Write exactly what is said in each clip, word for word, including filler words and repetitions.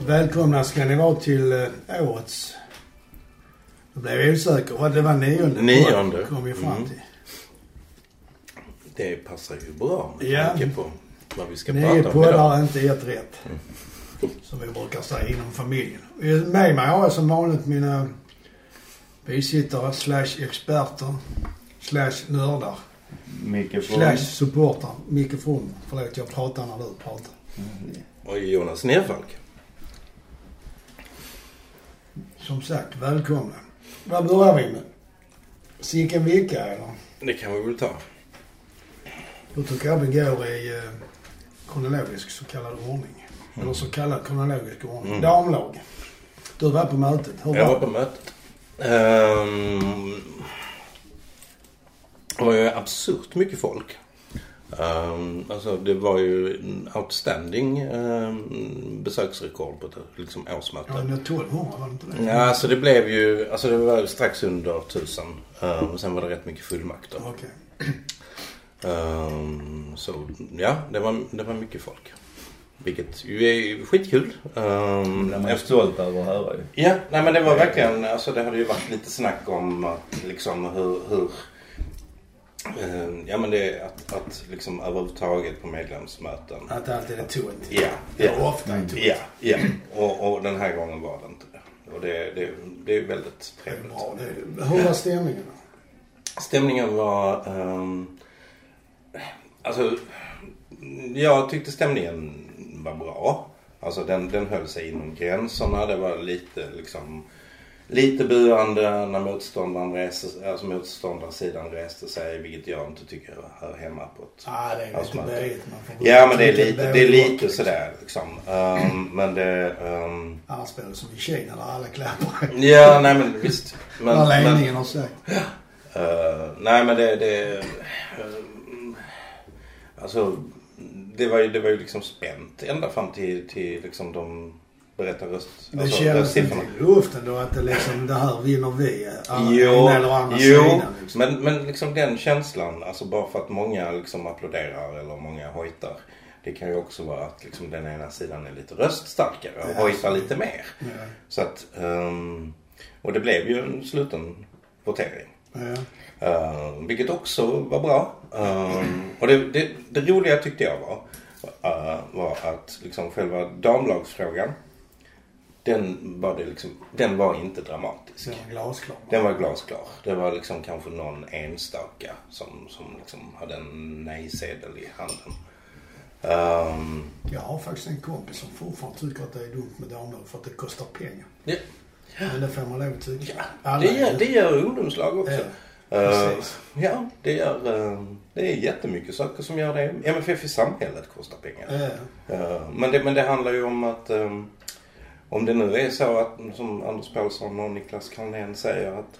Välkomna ska ni vara till eh, årets. Då blev jag osäker. Det var nionde. Nionde. Kom vi fram till. Mm. Det passar ju bra med ja. tanke på vad vi ska Ni prata om idag. Ni är poddar inte ett rätt. Mm. Som vi brukar säga inom familjen. Med mig har jag som vanligt mina bisittare slash experter slash nördar. Micke slash supportar. Micke From. Förlåt, jag pratar när du pratar. Mm. Och Jonas Nerfalk. Som sagt, välkomna. Vad börjar vi med? Sicken vecka eller? Det kan vi väl ta. Då tycker jag vi går i eh, kronologisk så kallad ordning. Mm. Eller så kallad kronologisk ordning. Mm. Damlag. Du var på mötet. Hur jag var var på mötet. Um, det var ju absurt mycket folk. Um, alltså det var ju en outstanding um, besöksrekord på det liksom årsmöte. Ja, tolvhundra var det inte det? Ja, alltså det blev ju, alltså det var strax under tusen. Um, och sen var det rätt mycket fullmakter. Okej. Okay. Um, så ja, det var, det var mycket folk. Vilket ju är skitkul. Um, det är man stolt över att höra ju. Ja, nej men det var verkligen, alltså det hade ju varit lite snack om att liksom hur, hur uh, ja men det är att, att liksom överhuvudtaget på medlemsmöten. Att det alltid är tomt. Ja. Det är ofta tomt. Ja, ja. Och, och den här gången var det inte det. Och det, det, det är väldigt trevligt. Det är bra, det är, hur var stämningen då? Stämningen var, um, alltså jag tyckte stämningen var bra. Alltså den, den höll sig inom gränserna. Det var lite liksom lite buande när motståndaren reste, alltså motståndarsidan reste sig, vilket jag inte tycker hör hemma på ett ah, det är lite böjt. Ja, men det är lite, det är lite sådär liksom. Um, men det um, alla spelar som i Kina där alla klappar. Ja, nej men visst. Men, alla ledningen har sagt. Uh, nej men det, det uh, alltså det var ju, det var ju liksom spänt ända fram till, till liksom de berättar röst. Det alltså, känns inte i luften då att det liksom det här vinner vi. Jo, eller andra jo sidan, liksom. men, men liksom den känslan, alltså bara för att många liksom applåderar eller många hojtar. Det kan ju också vara att liksom den ena sidan är lite röststarkare och ja, hojtar lite mer. Ja. Så att, um, och det blev ju en sluten votering. Ja. Uh, vilket också var bra. Um, och det, det, det roliga tyckte jag var, uh, var att liksom själva damlagsfrågan, den var, det liksom, den var inte dramatisk. Den var glasklar. Den var glasklar. Det var liksom kanske någon enstaka som, som liksom hade en nej-sedel i handen. Um, jag har faktiskt en kompis som fortfarande tycker att det är dumt med damlag för att det kostar pengar. Ja. Men det får man lov att tycka. Ja, det, gör, det gör ungdomslag också. Ja, uh, ja det, gör, uh, det är jättemycket saker som gör det. M F F i samhället kostar pengar. Ja. Uh, men, det, men det handlar ju om att um, om det nu är så att som Anders Paulsson och Niklas Carlén säger att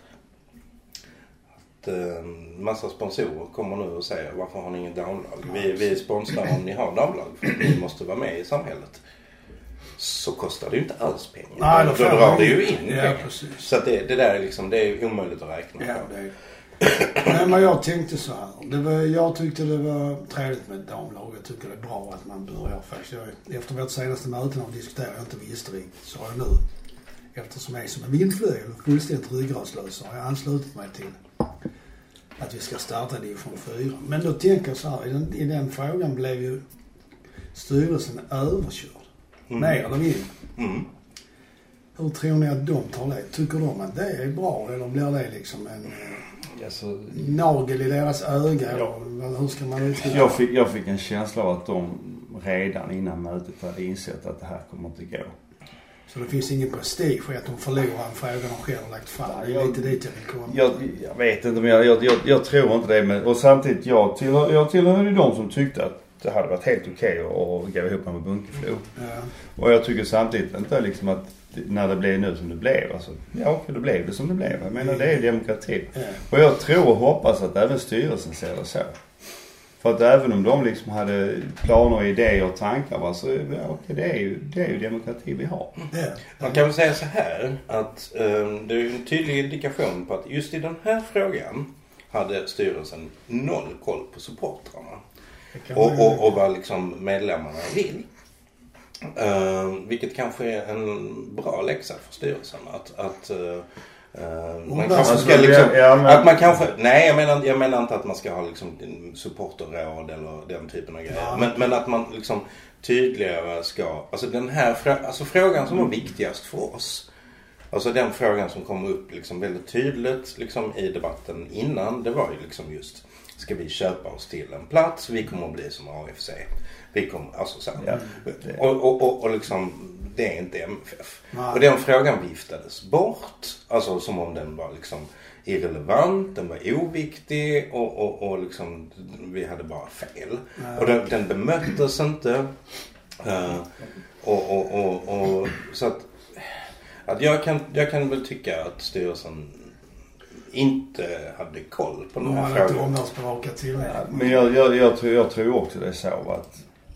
att uh, massa sponsorer kommer nu och säger varför har ni ingen damlag? Vi, vi sponsrar om ni har damlag för att ni måste vara med i samhället. Så kostar det ju inte alls pengar. Nej, då, då drar det ju in ja, så att det, det där är liksom, det är omöjligt att räkna. Ja, det är... Nej, men jag tänkte så här. Det var, jag tyckte det var trevligt med ett damlag. Jag tycker det är bra att man börjar faktiskt. Jag, efter vårt senaste möte när vi diskuterade jag inte visste riktigt. Så har jag nu, eftersom jag är som en vindflöjel fullständigt ryggradslös, har jag anslutit mig till att vi ska starta division fyra. Men då tänker jag så här, i den, i den frågan blev ju styrelsen överkörd. Mm. Mer eller mindre. Mm. Hur tror ni att de tar det? Tycker de att det är bra eller blir det liksom en alltså, nagel i deras öga? Ja. Hur ska man uttrycka? Jag fick, jag fick en känsla av att de redan innan mötet hade insett att det här kommer inte gå. Så det finns ingen prestige i att de förlorar en fråga de själv har lagt fram? Det är jag, lite dit jag vill komma. Jag, jag vet inte, men jag, jag, jag, jag tror inte det. Men, och samtidigt, jag tillhör, jag tillhör ju de som tyckte att det hade varit helt okej okay att gå ihop med Bunkeflo. Ja. Och jag tycker samtidigt inte liksom att när det blev nu som det blev. Alltså, ja, okej, då blev det som det blev. Jag menar, det är demokrati. Ja. Och jag tror och hoppas att även styrelsen ser det så. För att även om de liksom hade planer, idéer och tankar, va, så ja, okej, det, är ju, det är ju demokrati vi har. Ja. Man kan väl säga så här att um, det är en tydlig indikation på att just i den här frågan hade styrelsen noll koll på supportrarna. Och, och, och vad liksom medlemmarna vill. Uh, vilket kanske är en bra läxa för styrelsen. Att, att uh, uh, man kanske ska liksom, ja, men... att man kanske, nej jag menar, jag menar inte att man ska ha liksom supporterråd eller den typen av grejer. Ja. Men, men att man liksom tydligare ska, alltså den här alltså frågan som var viktigast för oss. Alltså den frågan som kom upp liksom väldigt tydligt liksom i debatten innan, det var ju liksom just, ska vi köpa oss till en plats? Vi kommer att bli som A F C. Vi kommer, alltså så. Ja, och, och, och, och liksom, det är inte M F F. Ja. Och den frågan viftades bort. Alltså som om den var liksom irrelevant, den var oviktig och, och, och liksom, vi hade bara fel. Ja. Och den, den bemöttes inte. Uh, och, och, och, och så att, att jag, kan, jag kan väl tycka att styrelsen inte hade koll på den här ja, frågan. Ja, men jag, jag, jag, tror, jag tror också det är så att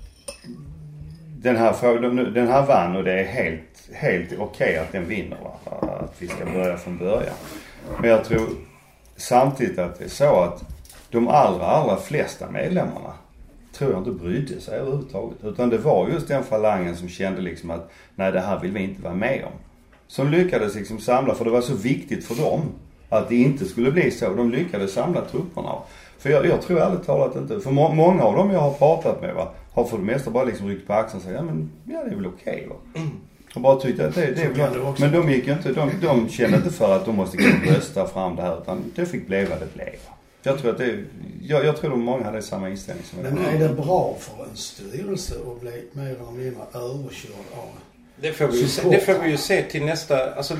den här frågan, den här vann och det är helt, helt okej okay att den vinner. Va? Att vi ska börja från början. Men jag tror samtidigt att det är så att de allra, allra flesta medlemmarna tror jag inte brydde sig överhuvudtaget. Utan det var just den falangen som kände liksom att nej, det här vill vi inte vara med om. Som lyckades liksom samla, för det var så viktigt för dem att det inte skulle bli så. De lyckades samla trupperna. För jag, jag tror ärligt talat inte, för må, många av dem jag har pratat med va, har för det mesta bara liksom ryckt på axeln och sagt, ja men ja, det är väl okej okay, va. Mm. Och bara tyckte att det, det är väl, men de gick inte, de, de kände inte för att de måste gå och rösta fram det här, utan det fick bli vad det blev. Jag tror att det, jag, jag tror att många hade samma inställning som men är det bra för en styrelse att bli mer eller mindre överkörd av det får vi ju se, det får vi ju se till nästa, alltså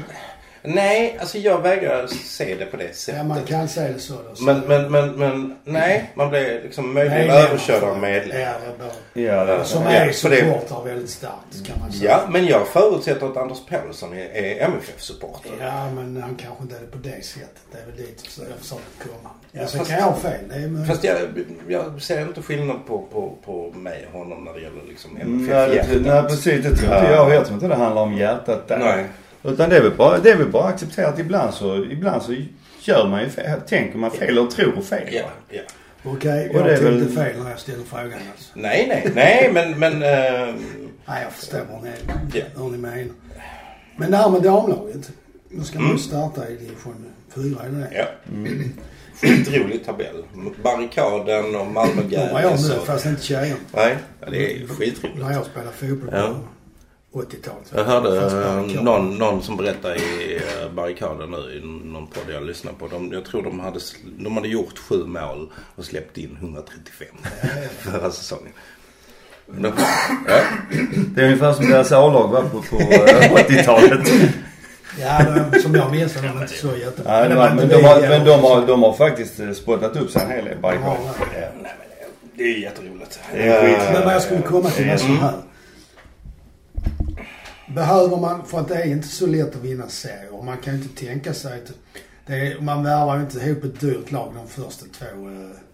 nej, alltså jag vägrar se det på det sättet. Ja, man kan säga det så då. Så men, men, men, men nej, man blir liksom möjligen överkörd av medlemmar. Ja, ja, som ja, är supportar väldigt starkt kan man säga. Ja, men jag förutsätter att Anders Paulsson är, är M F F-supporter. Ja, men han kanske inte är det på det sättet. Det är väl dit jag försöker komma. Ja, så fast, kan jag ha fel. Det är med... Fast jag, jag ser inte skillnad på, på, på mig och honom när det gäller liksom M F F-hjärtat. Nej, precis. Det tror inte jag. Jag tror inte det handlar om hjärtat där. Nej. Utan det är väl bara, det är väl bara accepterat ibland så, ibland så gör man ju fel, tänker man fel och tror fel. Ja, ja. Okej, okay, jag tänkte väl... fel när jag ställer frågan alltså. Nej, nej, nej, men... men uh... Nej, jag förstår vad ni, yeah. hur ni menar. Men det här med damlaget, nu ska man mm. starta i division fyra eller det? Ja. Mm. Skitrolig tabell. Barrikaden och Malmö Gävle. Ja, jag nu, fast inte tjejen. Nej, det är skitroligt. När jag spelar fotboll på ja. åttiotalet. Jag hörde någon, någon som berättade i Barrikaden nu i någon podd jag lyssnade på. De, jag tror de hade, de hade gjort sju mål och släppt in hundratrettiofem förra säsongen. De, ja. Det är ungefär som deras A-lag var på, på åttiotalet. Ja, men, som jag minns är de inte så jättebra. Ja, men, men, men, de, har, men de, har, de har faktiskt spottat upp sig en hel del Barrikaden. Ja, ja. Nej, men det är jätteroligt. Det är skit. Men vad jag skulle komma till är så här. Behöver man, för att det är inte så lätt att vinna serier. Man kan inte tänka sig att det är, man värvar inte ihop ett dyrt lag de första två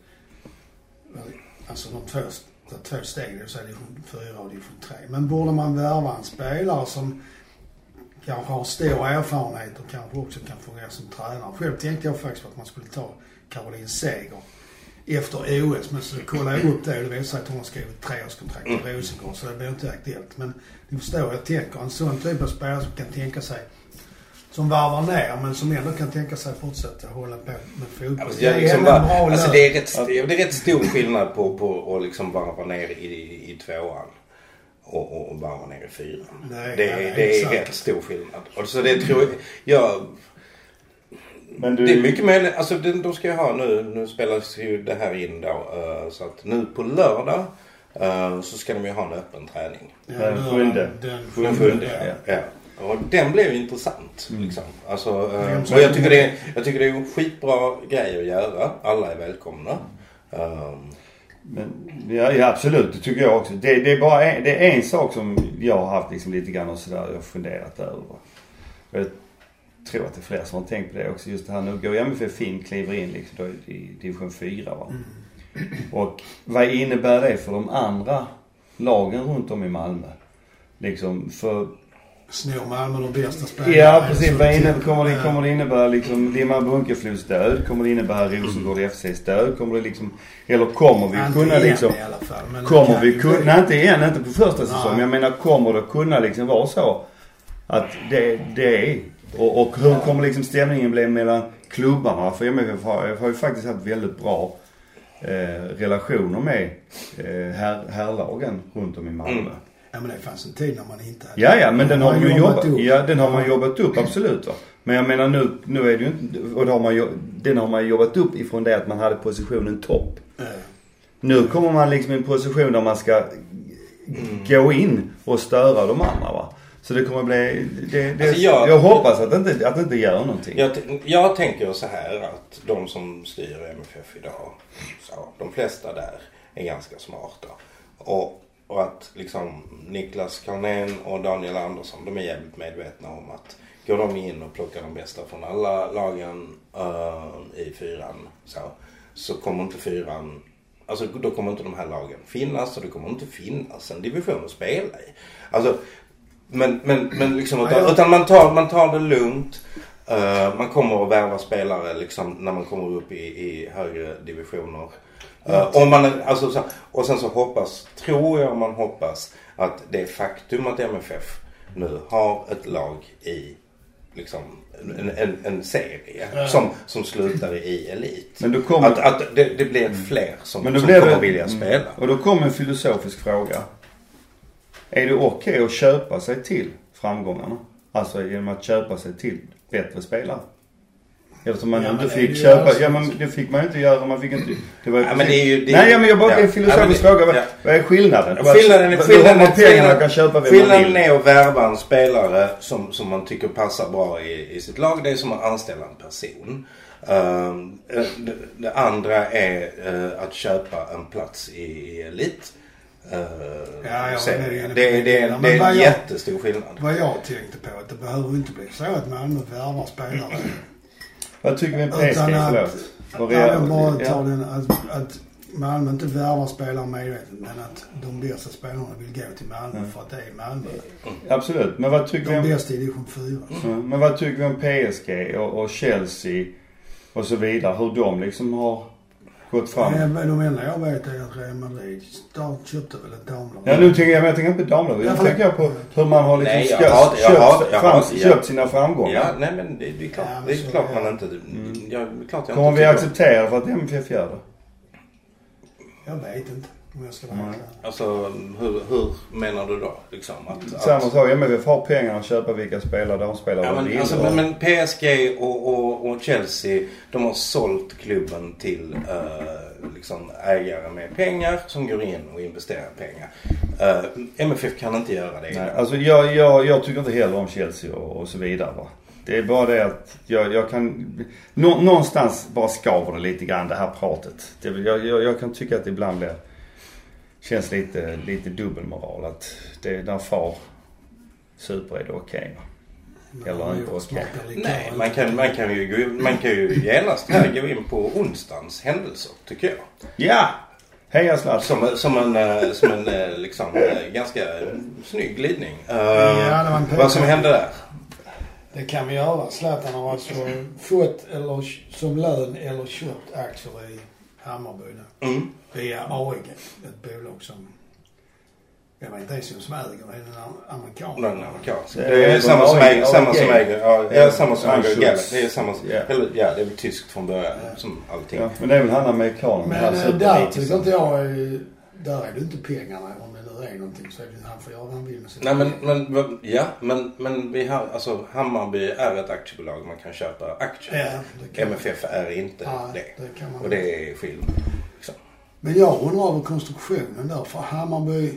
alltså de första två stegen, så är det från fyra och det är från tre. Men borde man värva en spelare som kanske har stor erfarenhet och kanske också kan fungera som tränare. Själv tänkte jag faktiskt att man skulle ta Caroline Seger efter O S, men så kollade jag upp det och det visade sig att hon har skrivit treårskontrakt i mm. Rosengård, så det blir inte aktuellt. Men ni förstår, jag tänker en sån typ av spelare som kan tänka sig, som varvar ner men som ändå kan tänka sig fortsätta hålla på med fotboll. Alltså, det, är liksom bara, alltså det, är rätt, det är rätt stor skillnad på, på att liksom varva ner i, i, i tvåan och, och, och varva ner i fyran. Nej, det, nej, det är rätt stor skillnad. Och så det tror jag... jag Men du... Det är mycket möjligt, alltså de ska ju ha nu, nu spelas ju det här in då, uh, så att nu på lördag uh, så ska de ju ha en öppen träning. Ja, den sjunde. Den sjunde, ja. ja. Och den blev ju intressant, mm. liksom. Alltså, uh, och jag tycker, det är, jag tycker det är en skitbra grej att göra, alla är välkomna. Um, Men, ja, ja, absolut, det tycker jag också. Det, det är bara en, det är en sak som jag har haft liksom lite grann och sådär, jag har funderat över. Jag tror att det är fler som har tänkt på det också. Just det här, nu går M F F in, kliver in liksom då i division fyra va. Mm. Och vad innebär det för de andra lagen runt om i Malmö? Liksom för snor Malmö de bästa spelarna. Ja, precis. Vad inne, kommer, det, kommer det innebära liksom Limhamn Bunkeflos död? Kommer det innebära Rosengård F C:s död? Kommer det liksom, eller kommer vi inte kunna liksom... i alla fall, men kommer vi kunna... Nej, inte igen, inte på första säsongen. Jag menar, kommer det kunna liksom vara så att det, det är... Och, och hur kommer liksom stämningen bli mellan klubbarna? För M F F har, har ju faktiskt haft väldigt bra eh, relationer med eh, här, härlagen runt om i Malmö. Mm. Ja, men det fanns en tid när man inte hade... Ja, ja, men den har, man ju jobbat, jobbat upp. Ja, den har man jobbat upp, absolut. Va? Men jag menar nu, nu är det ju inte... Och då har man, den har man jobbat upp ifrån det att man hade positionen topp. Mm. Nu kommer man liksom i en position där man ska mm. gå in och störa de andra, va? Så det kommer bli... Det, det, alltså jag, jag hoppas att det, inte, att det inte gör någonting. Jag, jag tänker så här att de som styr M F F idag, så, de flesta där är ganska smarta. Och Och att liksom Niklas Carnén och Daniel Andersson, de är jävligt medvetna om att går de in och plockar de bästa från alla lagen uh, i fyran så, så kommer inte fyran, alltså då kommer inte de här lagen finnas och det kommer inte finnas en division att spela i. Alltså, men, men, men liksom, utan, utan man, tar, man tar det lugnt. Uh, man kommer att värva spelare liksom när man kommer upp i, i högre divisioner. Uh, om man, alltså, så, och sen så hoppas, tror jag man hoppas att det faktum att M F F nu har ett lag i liksom en, en, en serie mm. som, som slutar i elit. Men då kommer, att att det, det blir fler som, men då som kommer det, vilja spela. Och då kommer en filosofisk fråga. Är det okej okay att köpa sig till framgångarna? Alltså genom att köpa sig till bättre spelare? Eftersom man ja, inte fick köpa, ja men det fick man inte göra, man fick inte, det var, ja, men det är ju, det, nej ja, men jag bara, ja, en filosofisk ja, fråga, ja. Vad är skillnaden? Ja, skillnaden är, skillnaden är, pengarna kan köpa vem skillnaden är att värva en spelare som, som man tycker passar bra i, i sitt lag, det är som att anställa en person. Uh, det, det andra är uh, att köpa en plats i, i elit. Uh, ja, ja, det, det, det, det, det är en jättestor skillnad. Vad jag tänkte på, att det behöver inte bli så att Malmö värvar spelare. Vad tycker vi om P S G? Förlåt. Att, jag bara tar den, att, att Malmö inte värvar spelare medvetet, men att de bästa spelarna vill gå till Malmö mm. för att det är Malmö. Mm. Absolut. Men vad tycker de vi om... bästa i division fyra. Mm. Men vad tycker vi om P S G och, och Chelsea och så vidare? Hur de liksom har gått fram? Ja, men de enda jag vet är att Real Madrid start köpte väl ett damlag. Ja, nu tänker jag, men jag tänker inte på damlag. Jag tänker på hur man har liksom nej, köpt, har, köpt, har, fram, har, köpt sina framgångar. Ja, nej men det, det är klart, ja, det är klart man inte... Mm. Jag, klart jag kommer inte vi acceptera för att M F F gör det? Jag vet inte. Om jag ska vara mm. Alltså, hur, hur menar du då? Liksom, att, samma sak, M F F har pengar att köpa vilka spelare de spelar. Ja, men, alltså, men, men P S G och, och, och Chelsea, de har sålt klubben till uh, liksom ägare med pengar som går in och investerar pengar. Uh, M F F kan inte göra det. Nej, alltså jag, jag, jag tycker inte heller om Chelsea och, och så vidare, va? Det är bara det att jag, jag kan... Nå, någonstans bara skaver det lite grann det här pratet. Det, jag, jag, jag kan tycka att det ibland blir... Känns lite, lite dubbelmoral. Att det, när far super är det okej. Okay, eller inte okej. Okay. Nej, man kan, man kan ju, man kan ju genast här gå in på onsdagens händelser, tycker jag. Ja! Heja Zlatan. Som, som en, som en liksom, ganska snygg glidning. Uh, ja, vad som hände där? Det kan vi göra. Zlatan har alltså fått eller som lön eller köpt aktier i Hammarby nu. Mm. Via A E G, ett bolag som jag vet inte ens som äger, det är en amerikan. Den amerikansk. Det är samma som äger, samma som äger, ja, ja, samma som äger Galaxy. Det är samma, eller ja, det är väl tyskt från början som allting. Ja, men det är väl han amerikanen. Men äh, där tycker inte jag, där är det inte pengarna om det nu är någonting så är det han får göra vad han vill med sitt. Nej men, men ja, men, men vi har, alltså Hammarby är ett aktiebolag, man kan köpa aktier. Ja, M F F är inte ja, det. det kan man och det är skillnad. Liksom. Men jag undrar över konstruktionen där, för Hammarby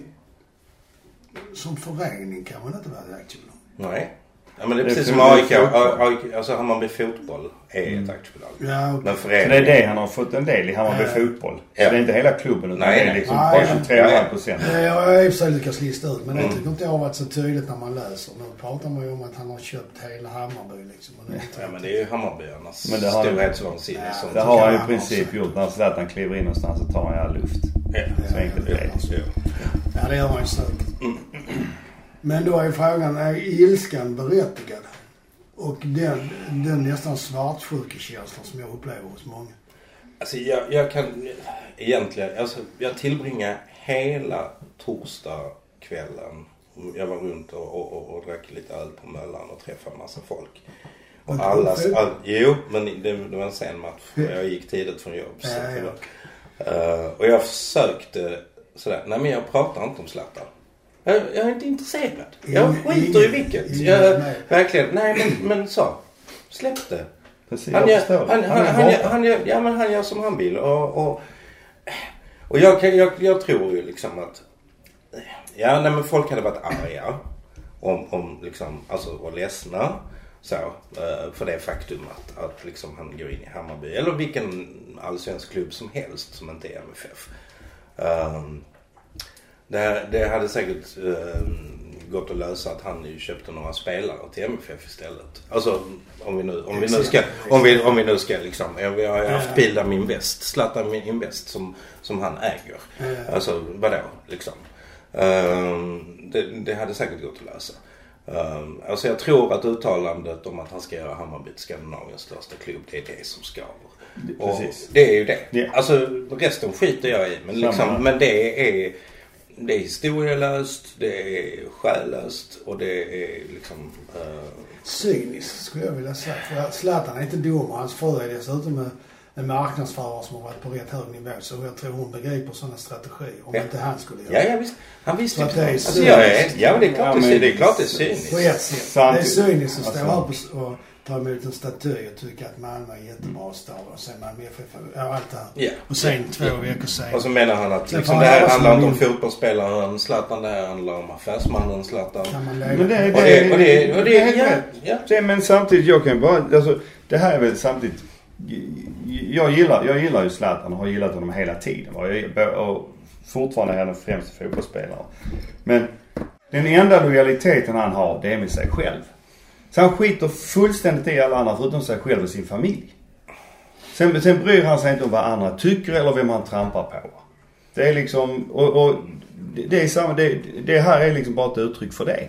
som förening kan man inte vara ett aktiebolag. Nej. Ja, men det är precis som A I K. Alltså Hammarby fotboll är mm. ett aktiebolag. Ja, okay. Så det är det han har fått en del i Hammarby ja. fotboll. Så ja. det är inte hela klubben utan nej, det är liksom bara tjugotre komma fem procent. Ja, jag har i och för sig lyckats lista ut. Men mm. det tycker inte jag har varit så tydligt när man läser. Nu pratar man ju om att han har köpt hela Hammarby liksom. Och det ja, men det är ju Hammarbyarnas storhetsvansinne. Ja, det har han i princip gjort. När Zlatan kliver in någonstans så tar han all luft. Ja, så enkelt det är. Ja, det gör man ju säkert. Mm. Men då är frågan, är ilskan berättigad? Och den, den nästan svartsjukekänslan som jag upplever hos många. Alltså jag, jag kan egentligen, alltså jag tillbringar hela torsdagskvällen. Jag var runt och, och, och, och drack lite öl på Möllan och träffade massa folk. Och alla, all, jo, men det, det var en sen match. Jag gick tidigt från jobb. Så ja, ja. Uh, och jag försökte sådär, nej men jag pratar inte om Zlatan. Jag, jag är inte intresserad. Jag skiter i vilket. Jag, verkligen, nej men, men så. Släpp det. Precis, han, jag gör, han, han, han, han, gör, han, gör, ja, men han gör som han vill. Och, och, och jag, jag, jag tror ju liksom att ja, nej, men folk hade varit arga om, om liksom, alltså, och ledsna så, för det faktum att, att liksom han går in i Hammarby eller vilken allsvensk klubb som helst som inte är M F F. Um, det, det hade säkert um, gått att lösa att han ju köpte några spelare till M F F istället. Alltså om vi nu om vi nu ska om vi om vi nu ska liksom vi har haft Bilda min väst, Zlatan min invest som som han äger. Alltså vadå liksom. Um, det, det hade säkert gått att lösa. Um, alltså jag tror att uttalandet om att han ska göra Hammarby till Skandinaviens största klubb, det är det som skaver. Och det är ju det. Yeah. Alltså resten skiter jag i. Men, liksom, men det är det är historielöst, det är själlöst och det är liksom... Uh... cyniskt skulle jag vilja säga. För Zlatan är inte dum och hans fru är dessutom med en marknadsförare som har varit på rätt hög nivå. Så jag tror hon begriper sådana strategier om ja. inte han skulle göra det. Ja, ja visst. Han visste ju det. Alltså, jag är, ja, det är klart, ja, det, det är klart det är cyniskt. På ett sätt. Det är cyniskt att stå alltså. upp och ta emot en staty och tycka att Malmö är jättebra stad och sen Malmö F F och allt det här. Ja. Och sen två veckor sen. Och så menar han att liksom, det här handlar inte om fotbollsspelaren Zlatan, det här handlar om affärsmannen Zlatan. Kan man men det, det, och det, och det, och det, det, ja, ja. det men samtidigt jag kan bara alltså det här är väl samtidigt jag gillar jag gillar ju Zlatan och har gillat honom hela tiden och, jag, och fortfarande är han den främsta fotbollsspelaren. Men den enda lojaliteten han har det är med sig själv. Så han skiter fullständigt i alla andra förutom sig själv och sin familj. Sen, sen bryr han sig inte om vad andra tycker eller vem han trampar på. Det är liksom och, och det är samma det, det här är liksom bara ett uttryck för det.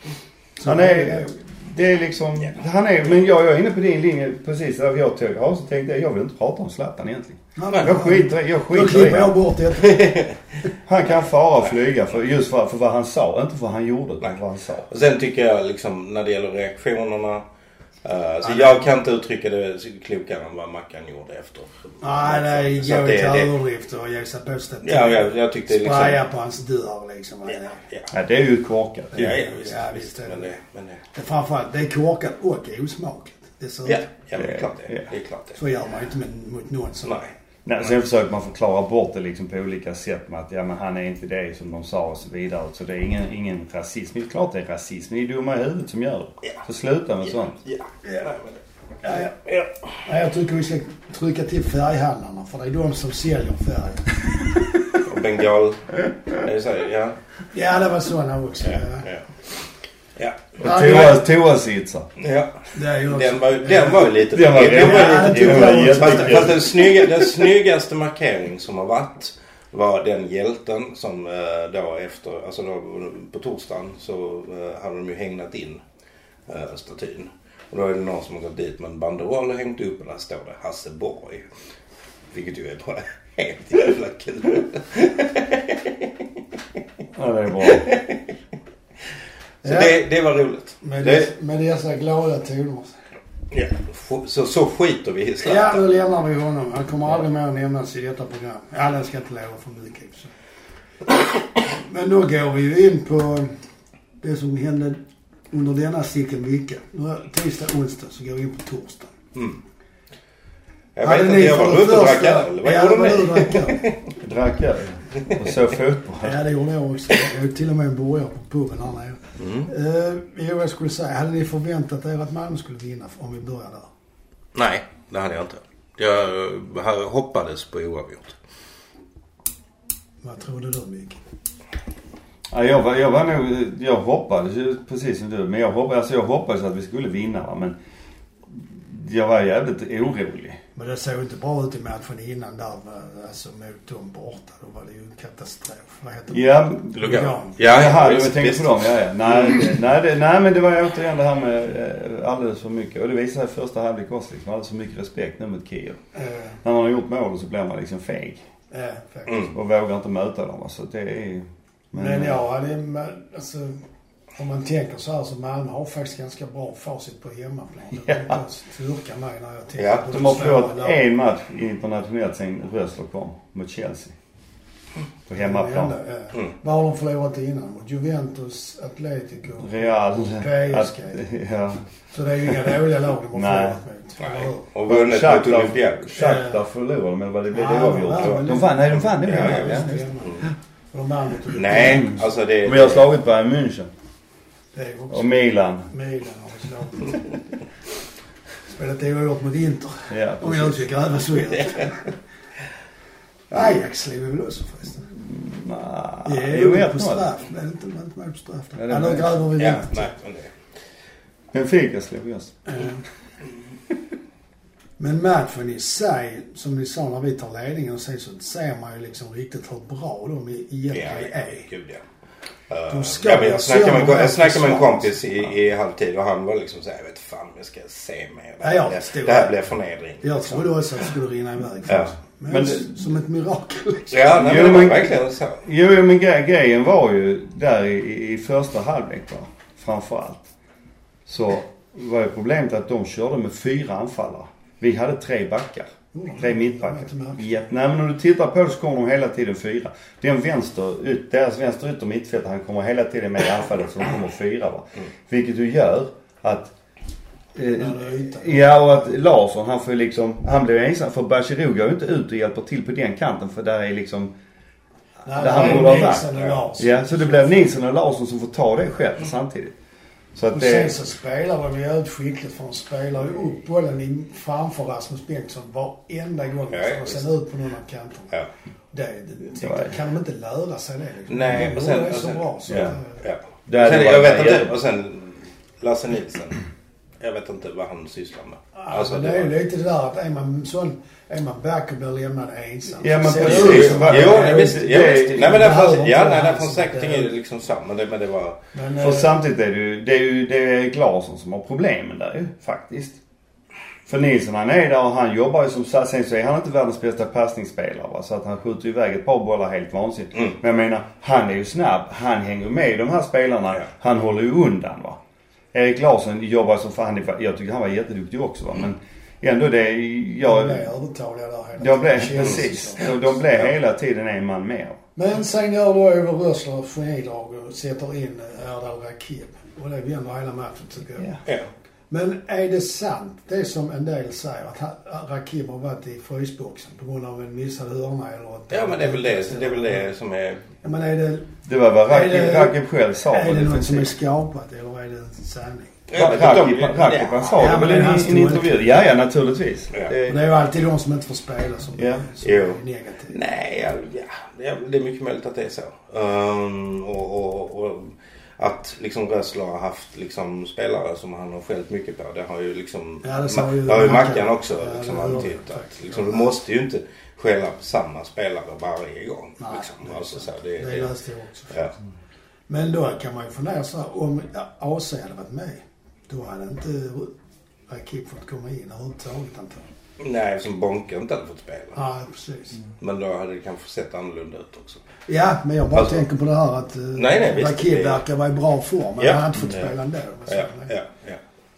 Han är det är liksom han är men jag, jag är inne på din linje precis där jag tog ja, så tänkte jag jag vill inte prata om Zlatan egentligen. Jag skiter jag skiter jag bort det. Han kan fara och flyga för just för, för vad han sa, inte för vad han gjorde utan vad han sa. Och sen tycker jag liksom när det gäller reaktionerna uh, så jag kan inte uttrycka det klokare än vad Mackan gjorde efter. Nej, nej, jag är till överdrift och jag sa på stativ. Ja, jag, jag tyckte liksom spraya på hans dörr liksom. Ja, ja. ja, det är ju korkat. Ja, ja, visst, ja, visst är det. Men det, men det. det framförallt det är korkat och osmakligt. Det är så. Ja, ja, men det är klart det. Ja. Det är klart det. Så gör man inte med, mot någon som nej. Nej, sen försöker man förklara bort det liksom på olika sätt med att ja, men han är inte det som de sa och så vidare. Så det är ingen, ingen rasism. Det är klart det är rasism. Ni är dumma i huvudet som gör det. Ja. Så sluta med ja. sånt. Ja. Ja. Ja. Ja, ja. Ja. Ja, jag tycker vi ska trycka till färghandlarna för det är de som säljer färg. Och bengal. Det är så, ja. Ja, det var sådana också. Ja. Ja. Ja. Och toasitsar. Ja. Den var, den var ju lite... Den var, den var lite... Den var lite fast, fast den, snygga, den snyggaste markering som har varit var den hjälten som då efter... Alltså då på torsdagen så hade de ju hängnat in äh, statyn. Och då är det någon som har gått dit med en banderoll och hängt upp och där står det Hasse Borg. Vilket ju är bara helt jävla kul. Ja, det är bra. Så ja. det, det var roligt. Med, det, des, med dessa glada toner. Ja, så, så skiter vi i Zlatan. Ja, då lämnar vi honom. Han kommer aldrig mer att nämnas i detta program. Alla ska inte leva för mycket. Så. Men då går vi ju in på det som hände under denna cykeln vecka. Tisdag, onsdag så går vi in på torsdag. Mm. Jag vet inte, jag var runt och drack öl. Vad gjorde ni? Jag drack öl. Och så fotboll. Ja, det gjorde jag också. Jag är till och med en burgare på puben här nere. Mm. Uh, jo, jag skulle säga, hade ni förväntat er att Malmö skulle vinna om vi börjar där? Nej, det hade jag inte. Jag hoppades på oavgjort. Vad tror du då, Micke? Ja, jag var, jag var nog, jag hoppades ju precis som du, men jag hoppades, alltså jag hoppades att vi skulle vinna, va? Men jag var jävligt orolig. Men det såg inte bra ut i matchen innan där, alltså mot dem borta. Då var det ju en katastrof. Vad heter det? Ja, Lugan. Ja, ja, ja, jag tänkte på dem. Ja, ja. Nej, nej, det, nej, men det var återigen det här med alldeles för mycket. Och det visade sig i första halvlek också liksom, alldeles för mycket respekt nu mot Kiev. Uh. När man har gjort mål så blir man liksom feg. Ja, faktiskt. Mm. Och vågar inte möta dem. Så det är... Men, men ja, det är, alltså, om man tänker så här så Malmö har faktiskt ganska bra facit på hemmaplan. Det är ja. Styrka mig när jag tänker ja, på de har förlorat en match internationellt sen Rössler kom mot Chelsea. På hemmaplan. Ja. Mm. Vad har de förlorat innan? Mot Juventus, Atletico, Real, P S G. Att, ja. Så det är ju inga dåliga lag de har förlorat mot. Nej. Och vunnit mot Olympiakos. Shakhtar förlorade, men vad det blev det avgjort. De vann, nej de vann det. Ja, ja, ja. De vann mot Nej, alltså det... Vi har slagit Bayern München. Det är också. Och Milan. Milan har vi slagit. Spelat oavgjort mot Inter. Ja, och jag tycker det var svårt. Ajax slog vi väl också förresten. Nej, jo, på straff. Men inte med på straff. Ja, nu gräver vi ja, rätt. Nej, men det... Men Fika slog vi oss. Men matchen i sig, som ni sa när vi tar ledningen och sen så ser man ju liksom riktigt hur bra de egentligen är. Gud, ja. De ska ja, jag snackade med, jag snackade med en kompis i, i halvtid och han var liksom såhär, jag vet fan, jag ska se mer. Det här, ja, blir, det här blir förnedring. Jag trodde också att det skulle rinna iväg. Ja. Men, men det, som ett mirakel. Liksom. Ja, nej, jo, men men, verkligen så. Jo, men gre- grejen var ju där i, i första halvlek va, framförallt. Så var ju problemet att de körde med fyra anfallare. Vi hade tre backar. Mm, tre mittbackar. Ja, nej, men om du tittar på det så kommer de hela tiden fyra. Den vänster, ut, deras vänster ut och mittfältare, han kommer hela tiden med i anfallet så de kommer fyra va. Mm. Vilket ju gör att eh, ja, och att Larsson han får liksom, han blir ensam för Bachirou går ju inte ut och hjälper till på den kanten för där är liksom nej, där han borde ha varit. Ja, så det blir Nilsson och Larsson som får ta det själv mm. samtidigt. Så att och det... sen så spelar de ju utskickligt för de spelar ju upp bollen i framför Rasmus Bengtsson varenda gång ja, och sen ut på någon av kanterna. Ja. Det, det, det var... kan de inte lära sig det liksom. Nej, och sen, det är så sen, bra så ja, det, ja. Det sen, jag vet inte, och sen Lasse Nilsson. Jag vet inte vad han sysslar med. Ja, alltså, men det, det är ju var... lite det där att är man sån, är man back och blir lämnad ensam. Ja, men precis. Jo, visst. Nej, men det fanns, ja, nej, det fanns säkert inget liksom samma. Det, men det var... Men, för äh... samtidigt är det ju, det är ju, det är Larsson som har problemen där ju, faktiskt. För Nilsson han är där och han jobbar ju som sen så är han inte världens bästa passningsspelare va? Så att han skjuter iväg ett par bollar helt vansinnigt. Mm. Men jag menar, han är ju snabb. Han hänger med de här spelarna. Ja. Han håller ju undan va. Erik Larsson jobbar som fan. Jag tycker han var jätteduktig också va. Men ändå det... Jag, de blev övertaliga där hela de blev, precis. De, de blev hela tiden en man mer. Men sen gör då över Rössler genidrag och sätter in Erdal Rakip. Och det vänder hela matchen tycker jag. Ja. Men är det sant, det som en del säger, att Rakip har varit i frysboxen på grund av en missad hörna eller att... Ja, men det är väl det, det, är väl det som är... Ja, men är det... Det var vad Rakip, Rakip själv sa. Är det något som är skapat eller är det sanning? Ja, Rakip, Rakip han sa ja, det väl i en intervju. Ja, ja, naturligtvis. Ja. Det, det är ju alltid de som inte får spela som, ja. som är negativa. Nej, ja, det är mycket möjligt att det är så. Um, och... och, och att liksom Rössler har haft liksom spelare som han har skällt mycket på. Det har ju liksom... Ja, det har ju, det har ju Mackan också ja, liksom antytt att liksom, du måste ju inte skälla på samma spelare varje gång. Nej, liksom. det, alltså, så, det, det det läste jag också. Ja. Men då kan man ju fundera så här, om A C hade varit med, då hade inte Rakip fått komma in överhuvudtaget antagligen. Nej, som Bonke inte hade fått spela. Ja, precis. Mm. Men då hade det kanske sett annorlunda ut också. Ja, men jag bara alltså, tänker på det här att nej, nej, Rakip verkar vara i bra form. Men ja, han hade inte fått spela ja, ändå. Ja, ja, ja.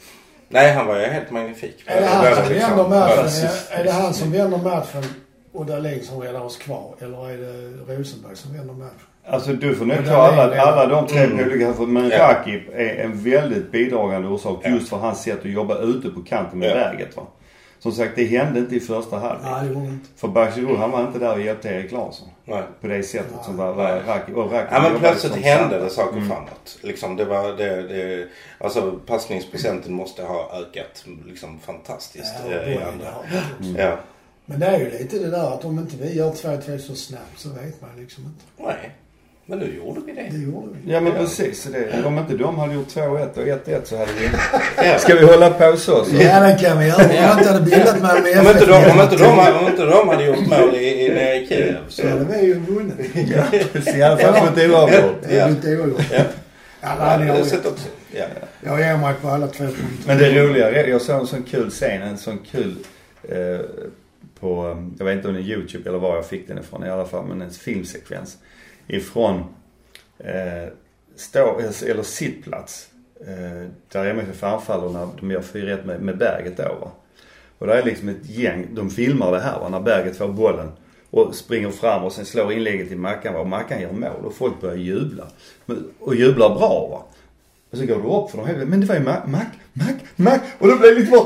Nej, han var ju helt magnifik. Är det han som liksom, vänder matchen? Är, är det han som vänder matchen och Dahlin som räddar oss kvar? Eller är det Rosenberg som vänder matchen? Alltså du får nog ta alla, alla de tre mm. olika. Men ja. Rakip är en väldigt bidragande orsak ja. just för hans sätt att jobba ute på kanten med ja. läget va. Som sagt, det hände inte i första halvlek. Nej, det var inte. För Bachirou, han var inte där och hjälpte Erik Larsson. Nej. På det sättet nej. som var, var Rakip. Och Rakip ja, men plötsligt hände det saker mm. framåt. Liksom, det var, det, det, alltså passningsprocenten måste ha ökat liksom fantastiskt. Ja, eh, det mm. ja. Men det är ju lite det där att om inte vi gör två två så snabbt så vet man liksom inte. Nej. Men nu gjorde vi det. Det gjorde vi. Ja men ja. Precis. Det, om inte de hade gjort två ett och ett ett så hade vi... Ja. Ska vi hålla på så? så? Ja det kan vi göra. Om man inte hade bildat med med om, inte de, om, inte de, om inte de hade gjort mål i, i, nere i Kiev så... Ja det är ju vunnit. Ja precis. I alla fall fått det oavgjort. Det är inte oavgjort. Ja. Ja, nej, det har jag sett också. Ja. Jag ger mig på alla två punkter. Men det roliga, jag såg en sån kul scen, en sån kul eh, på, jag vet inte om det är YouTube eller var jag fick den ifrån i alla fall, men en filmsekvens ifrån eh, stå, eller sittplats eh, där M F F anfaller när de gör fyra ett med, med Berget då va. Och det är liksom ett gäng, de filmar det här va, när Berget får bollen och springer fram och sen slår inlägget i Mackan va, och Mackan gör mål och folk börjar jubla. Men, och jublar bra va. Och så går du upp för dem, men det var ju Mac, Mac, Mac, Mac. Och då blev det lite bara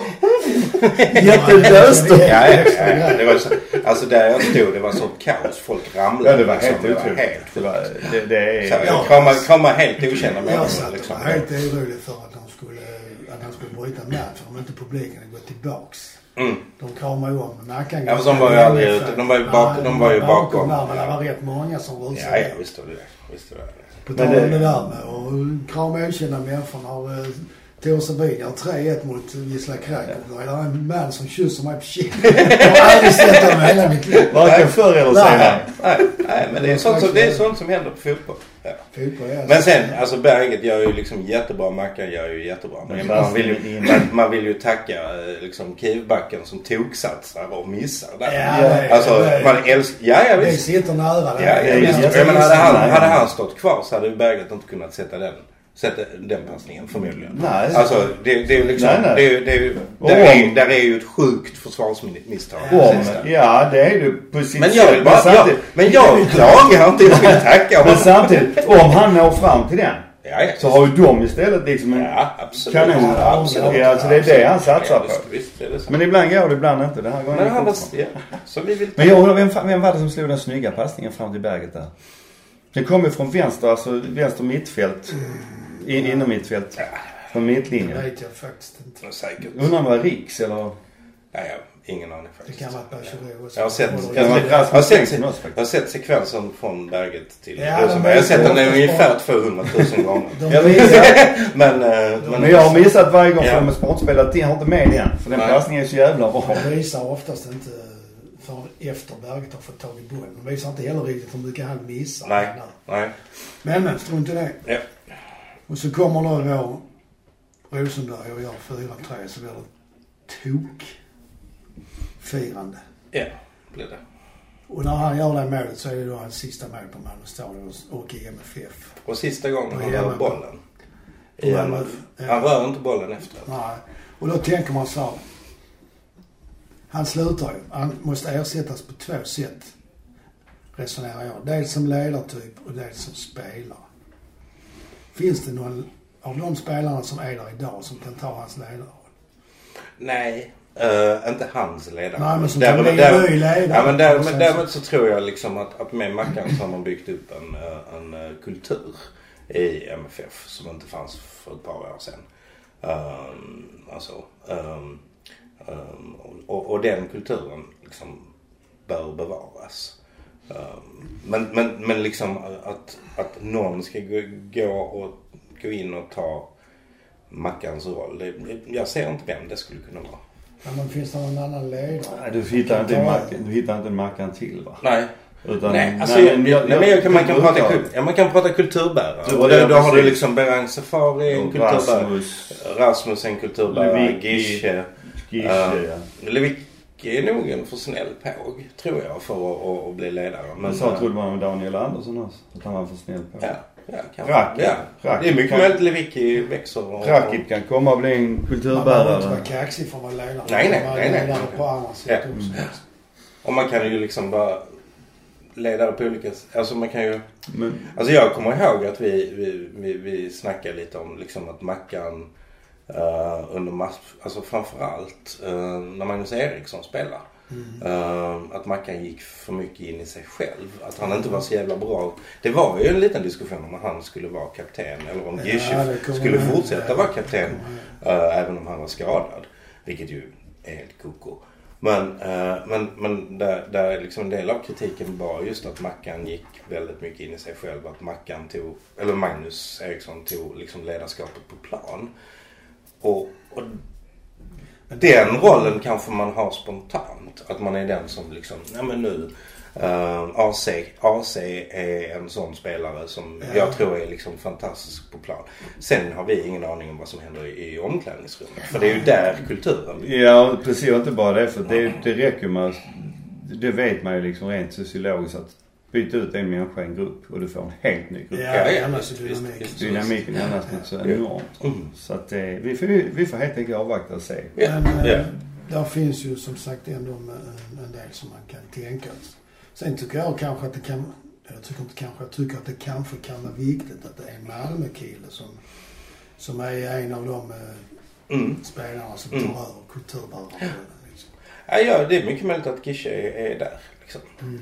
jättelöst. Ja, ja, ja, det var så, alltså där jag stod, det var så kaos. Folk ramlade. Ja, det var helt liksom, otroligt. Det var helt, det, det, det är... Så jag kramar, kramar helt okända människor. Jag satt liksom. helt orolig för att de skulle, att han skulle bryta match om inte publiken hade gått tillbaks. Mm. De kramar ju om Mackan. Ja, de var ju aldrig ute. De var ju bakom. De var ju bakom. Där, men det var rätt många som var ja, ja, visst var det det. Visst var det. På tal om det där med och krama okända människor har Tor Sabin har tre ett mot Gisla Krakow. Då är det en man som kysser mig på kinden. Jag har aldrig sett honom hela mitt liv. Varken förr eller senare. Nej, nej, men det är, sånt som, det är sånt som händer på fotboll. Ja. Fotboll ja, men sen, alltså Berget gör ju liksom jättebra, Mackan gör ju jättebra. Men man vill ju, man, man vill ju tacka liksom Kivbacken som toksatsar och missar där. Ja, alltså, det, man älskar... Ja, ja, visst. Det sitter nära. Ja, ja, ja, visst. Jag menar, hade han, hade han stått kvar så hade Berget inte kunnat sätta den. Sätta den passningen förmodligen. Nej. Alltså det, det är ju liksom nej, nej. Det är, det är, där, är, där är ju ett sjukt försvarsmisstag. Om, ja det är du på sitt men jag vill bara, jag, men jag klagar inte, jag vill tacka. Men samtidigt, om han når fram till den ja, ja, så har ju de istället liksom en ja, absolut. kanon. Ja, absolut. Ja, alltså det är det han satsar ja, på. visst, visst, det är det men ibland går det, ibland inte. Det här går men han var, ja, så vi vill men jag, vem, vem var det som slog den snygga passningen fram till Berget där? Den kom ju från vänster, alltså vänster mittfält. In, inom mittfält. Ja. Från mittlinjen. Det vet jag faktiskt inte. Säkert. Undrar om det var Riks eller... Ja, ja, ingen aning faktiskt. Det kan vara Bergerö också. Jag har sett, jag har, jag har sett, jag har sett sekvensen från Berget till ja, Rosenberg. Jag har sett den ungefär tvåhundratusen gånger. jag missat, men, men, men jag har missat varje gång ja. För de sportspelat. Jag har inte med den. För den passningen är så jävla bra. De visar oftast inte för efter Berget har fått tag i bollen. De visar inte heller riktigt hur mycket han missar. Nej, nej. Men men, strunt i det. Ja. Och så kommer då vår Rosenberg och jag fyra tre så blir det tok firande. Ja, blir det. Och när han gör det målet så är det då hans sista mål på Malmö stadion och i M F F. Och sista gången han rör bollen. I Malmö. Ja. Han rör inte bollen efter. Nej. Och då tänker man så här. Han slutar ju. Han måste ersättas på två sätt. Resonerar jag. Dels som ledartyp och dels som spelare. Finns det någon av de spelarna som är där idag som kan ta hans ledarroll? Nej, uh, inte hans ledare. Nej, men som kan bli där, ledare. Ja, men där, men därmed så tror jag liksom att, att med Mackan så har man byggt upp en, en kultur i M F F som inte fanns för ett par år sedan. Um, alltså, um, um, och, och den kulturen liksom bör bevaras. Um, men, men, men liksom att, att någon ska gå, gå och gå in och ta Mackans roll. Det, jag ser inte vem det skulle kunna vara. Ja, men finns det någon annan ledare? Nej, du hittar inte Mackan, du hittar inte Mackan till va? Nej. Utan, nej, alltså nej, men, jag, nej, men jag kan, man, kan prata, ja, man kan prata kulturbärare. Du, och då, då har du liksom Berang Safari, en kulturbärare. Rasmus. Rasmus en kulturbärare. Gische. Gische, uh, ja. Levicki är nog en för snäll påg, tror jag, för att, att, att bli ledare. Men så uh, trodde man med Daniel Andersson också, att han var för snäll påg. Ja, ja, kan Rackit, ja. Rackit det är mycket möjligt att Levicki växer. Och, Rackit kan komma och bli en kulturbärare. Man behöver inte vara kaxig för att vara ledare. Nej, nej, nej. nej, nej. På andra sätt ja. också. Ja. Och man kan ju liksom bara ledare på olika... Alltså man kan ju... Men, alltså jag kommer ihåg att vi, vi, vi, vi snackade lite om liksom att Mackan uh, under mass... Alltså framförallt uh, när Magnus Eriksson spelar. Mm. Uh, att Mackan gick för mycket in i sig själv. Att han inte var så jävla bra. Det var ju en liten diskussion om att han skulle vara kapten. Eller om Gische ja, skulle fortsätta vara kapten. Uh, även om han var skadad. Vilket ju är helt koko. Men, eh, men, men där, där liksom en del av kritiken var just att Mackan gick väldigt mycket in i sig själv. Att Mackan tog, eller Magnus Eriksson tog liksom ledarskapet på plan. Och, och den rollen kanske man har spontant. Att man är den som liksom, nej men nu, uh, A C, A C är en sån spelare som ja. jag tror är liksom fantastisk på plan. Sen har vi ingen aning om vad som händer i, i omklädningsrummet. För det är ju där kulturen. Ja, precis. Inte bara det. För det, det räcker med, det vet man ju liksom rent sociologiskt att byta ut en människa i en grupp och du får en helt ny grupp. Ja, ja, annars är dynamiken. Dynamiken är annars inte så enormt. Mm. Så att eh, vi, får, vi får helt enkelt avvakta och se. Men ja. eh, där finns ju som sagt ändå en, en del som man kan tänka. Sen tycker jag kanske att det kan, jag tycker inte kanske, jag tycker att det kanske kan vara viktigt att det är en Malmö-kille som, som är en av de eh, mm. spelarna som mm. tar över kulturbäraren. Liksom. Ja, ja, det är mycket möjligt att Gische är, är där. Liksom. Mm.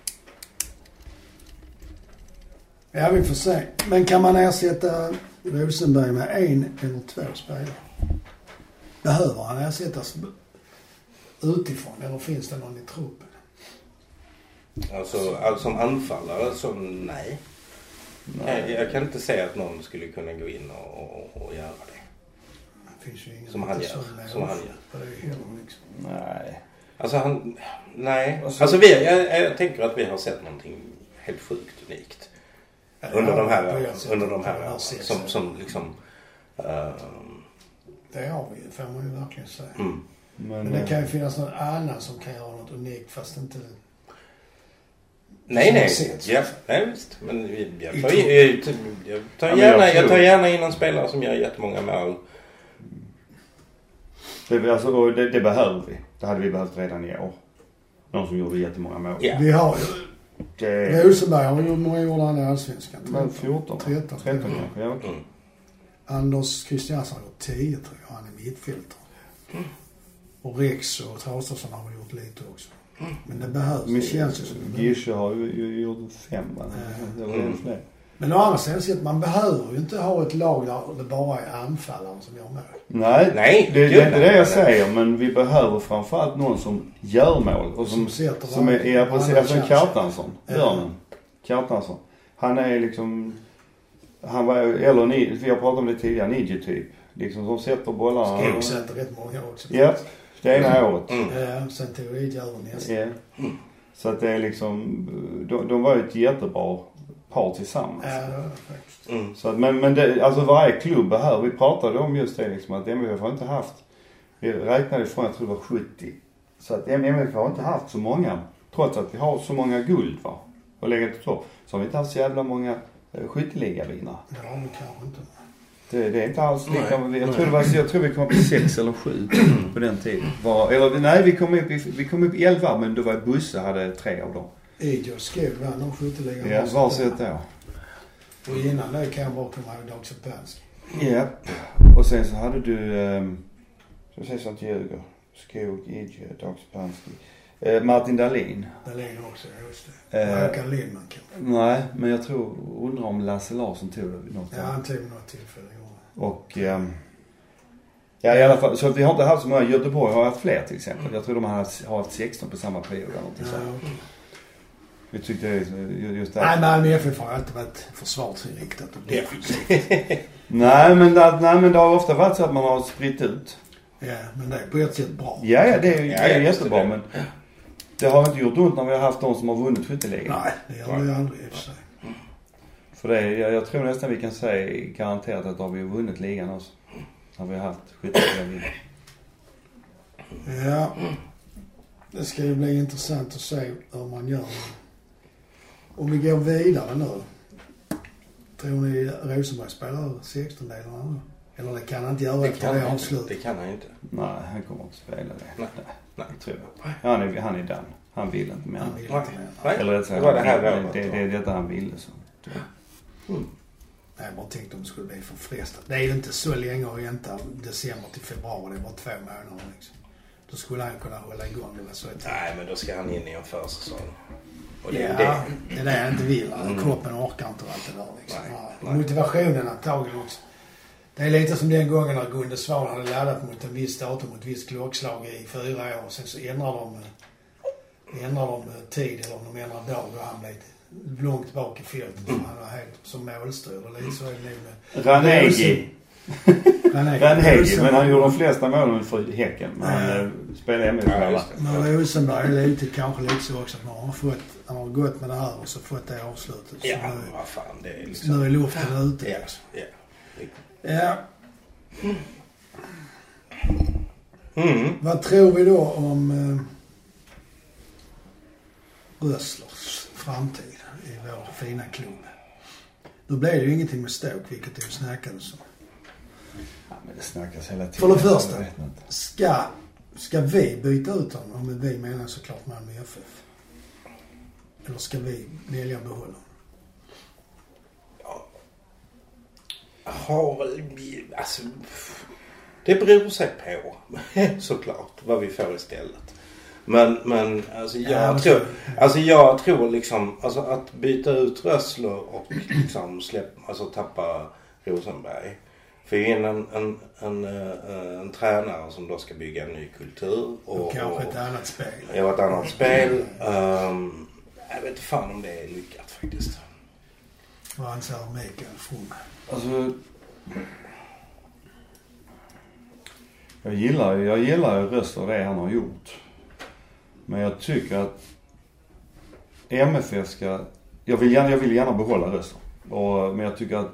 Ja, vi får se. Men kan man ersätta Rosenberg med en eller två spelare? Behöver han ersättas utifrån eller finns det någon i truppen? Alltså, alltså som anfallare så nej. nej. Jag, jag kan inte säga att någon skulle kunna gå in och, och, och göra det. Det finns ju ingen som han gör. Som han gör. Liksom. Nej. Alltså han, nej. Alltså, alltså vi, jag, jag tänker att vi har sett någonting helt sjukt unikt. Under de här, under de här, här som, som liksom... Uh, det har vi, får man ju verkligen säga. Mm. Men, Men det kan ju finnas någon annan som kan göra något unikt fast inte... Nej, nej. Sett, ja, nej, visst. Men jag tar, jag, jag tar gärna, jag tar gärna in en spelare som gör jättemånga mål. Det, alltså, det, det behöver vi. Det hade vi behövt redan i år. Någon som gjorde jättemånga mål. Yeah. Vi har ju... Det... Rosenberg har gjort många gjorde han i Allsvenskan. fjorton tretton tretton kanske, ja. Mm. Anders Christiansson har gjort tio tror jag. Han är mittfältare. Mm. Och Rex och Traustason har gjort lite också. Mm. Men det behövs. Men, det känns ju som Gische har ju, ju gjort fem. Det var mm. fler. Men å andra sidan, man behöver ju inte ha ett lag där det bara är anfallaren som gör mål. Nej, Nej det, det är inte det jag säger. Men vi behöver framförallt någon som gör mål. Och som, som, som är, är precis, alltså Kjartansson. Björnen. Kjartansson. Han är liksom, han var, eller ni, vi har pratat om det tidigare, Nidje typ. Liksom som sätter bollarna. Skog sätter rätt många också. Ja, det ena mm. året. Mm. Ja, sen tog vi ett över nästa. Ja. Mm. Så att det är liksom, de, de var ju ett jättebra par tillsammans. Ja, det var det faktiskt. Mm. Så att, men, men det, alltså varje klubb här, vi pratade om just det liksom, att M V F har inte haft, vi räknade ifrån, jag tror det var sjuttio. Så att M V F har inte haft så många, trots att vi har så många guld va, och lägga till topp, så har vi inte haft så jävla många eh, skytteligavinnare. Ja, men kanske inte. Det, det är inte alls lika, jag, jag tror det var, jag tror vi kom upp i sex eller sju på den tiden. Var, eller nej, vi kom upp i, vi kom upp i elva, men då var Busse hade tre av dem. Ejo Skog vann de skytteligan. Ja, var så då. Och innan det kan jag bara komma ihåg Dag Sapanski. Ja, och sen så hade du, um, så säger sånt ljuger, Skog, Ejo, Dag Sapanski. Uh, Martin Dahlin. Dahlin också, just det. Uh, Håkan Lindman kanske. Nej, men jag tror, undrar om Lasse Larsson tog det vid något. Ja, han tog något tillfälle. Och um, ja, i alla fall, så vi har inte haft så många. Göteborg har haft fler till exempel. Jag tror de har haft, har haft sexton på samma period eller någonting så. Ja, okay. Vi tyckte just det. Nej, men F F har alltid varit försvarsinriktat och defensivt. nej, men det, nej, men det har ofta varit så att man har spritt ut. Ja, men det är på ett sätt bra. Ja, ja det är, ja, det är jättebra, men det har inte gjort ont när vi har haft de som har vunnit skytteligan. Nej, det gör vi aldrig i och för sig. För det, jag, jag tror nästan vi kan säga garanterat att har vi vunnit ligan också. Har vi haft skytteligan. Ja, det ska ju bli intressant att se hur man gör. Om vi går vidare nu. Tror ni Rosenberg spelar sexton-delarna nu? Eller det kan han inte göra efter det avslut? Det kan han inte. Nej, han kommer inte spela det. Nej, nej, nej. Tror jag. Han är, han är den. Han vill inte mer. Han vill inte mer. Nej. Eller det, det var det här det, det, det är detta han ville. Så. Mm. Jag bara tänkte om det skulle bli för frestad. Det är ju inte så länge att vänta december till februari. Det är bara två månader liksom. Då skulle han kunna hålla igång det. Så nej, men då ska han in i en försäsong. Och det, ja, det. det är det jag inte vill. Mm. Kroppen orkar inte allt det där liksom. Nej, nej. Motivationen antagligen också. Det är lite som den gången när Gunde Svan hade laddat mot en viss datum mot ett visst klockslag i fyra år. Sen så ändrar de, ändrar de tid eller om de ändrar dag och han blev långt bak i fältet. Mm. Han var helt som målstyrd. Och lite så är det nog med... Ranegi. Ranegi, men han gjorde de flesta målen för Häcken. Men han äh, spelade ämne för alla. Men Rosenberg är lite, kanske lite så också att man har fått, han har gått med det här och så fått det avslutet. Ja, så nu, vad fan, det är liksom... Nu är luften ja, ute. Ja, ja. Ja. Mm. Vad tror vi då om eh, Rösslers framtid i vår fina klubb? Då blev det ju ingenting med Stoke, vilket det ju snackades om. Ja, men det snackas hela tiden. För det första, ska, ska vi byta ut honom? Om vi menar såklart Malmö F F. Eller ska vi välja att behålla honom? Har väl, alltså, det beror sig på såklart vad vi får istället. Men, men alltså jag ja, tror, alltså jag tror liksom, alltså att byta ut Rössler och liksom släppa, alltså tappa Rosenberg. För in en, en, en, en, en tränare som då ska bygga en ny kultur. Och, och kanske och, ett annat spel. Ja, ett annat spel. Um, jag vet inte fan om det är lyckat faktiskt. Vad anser Mikael From? Alltså, jag gillar jag gillar Rössler det han har gjort. Men jag tycker att M F F ska, jag vill gärna, jag vill gärna behålla Rössler. Och, men jag tycker att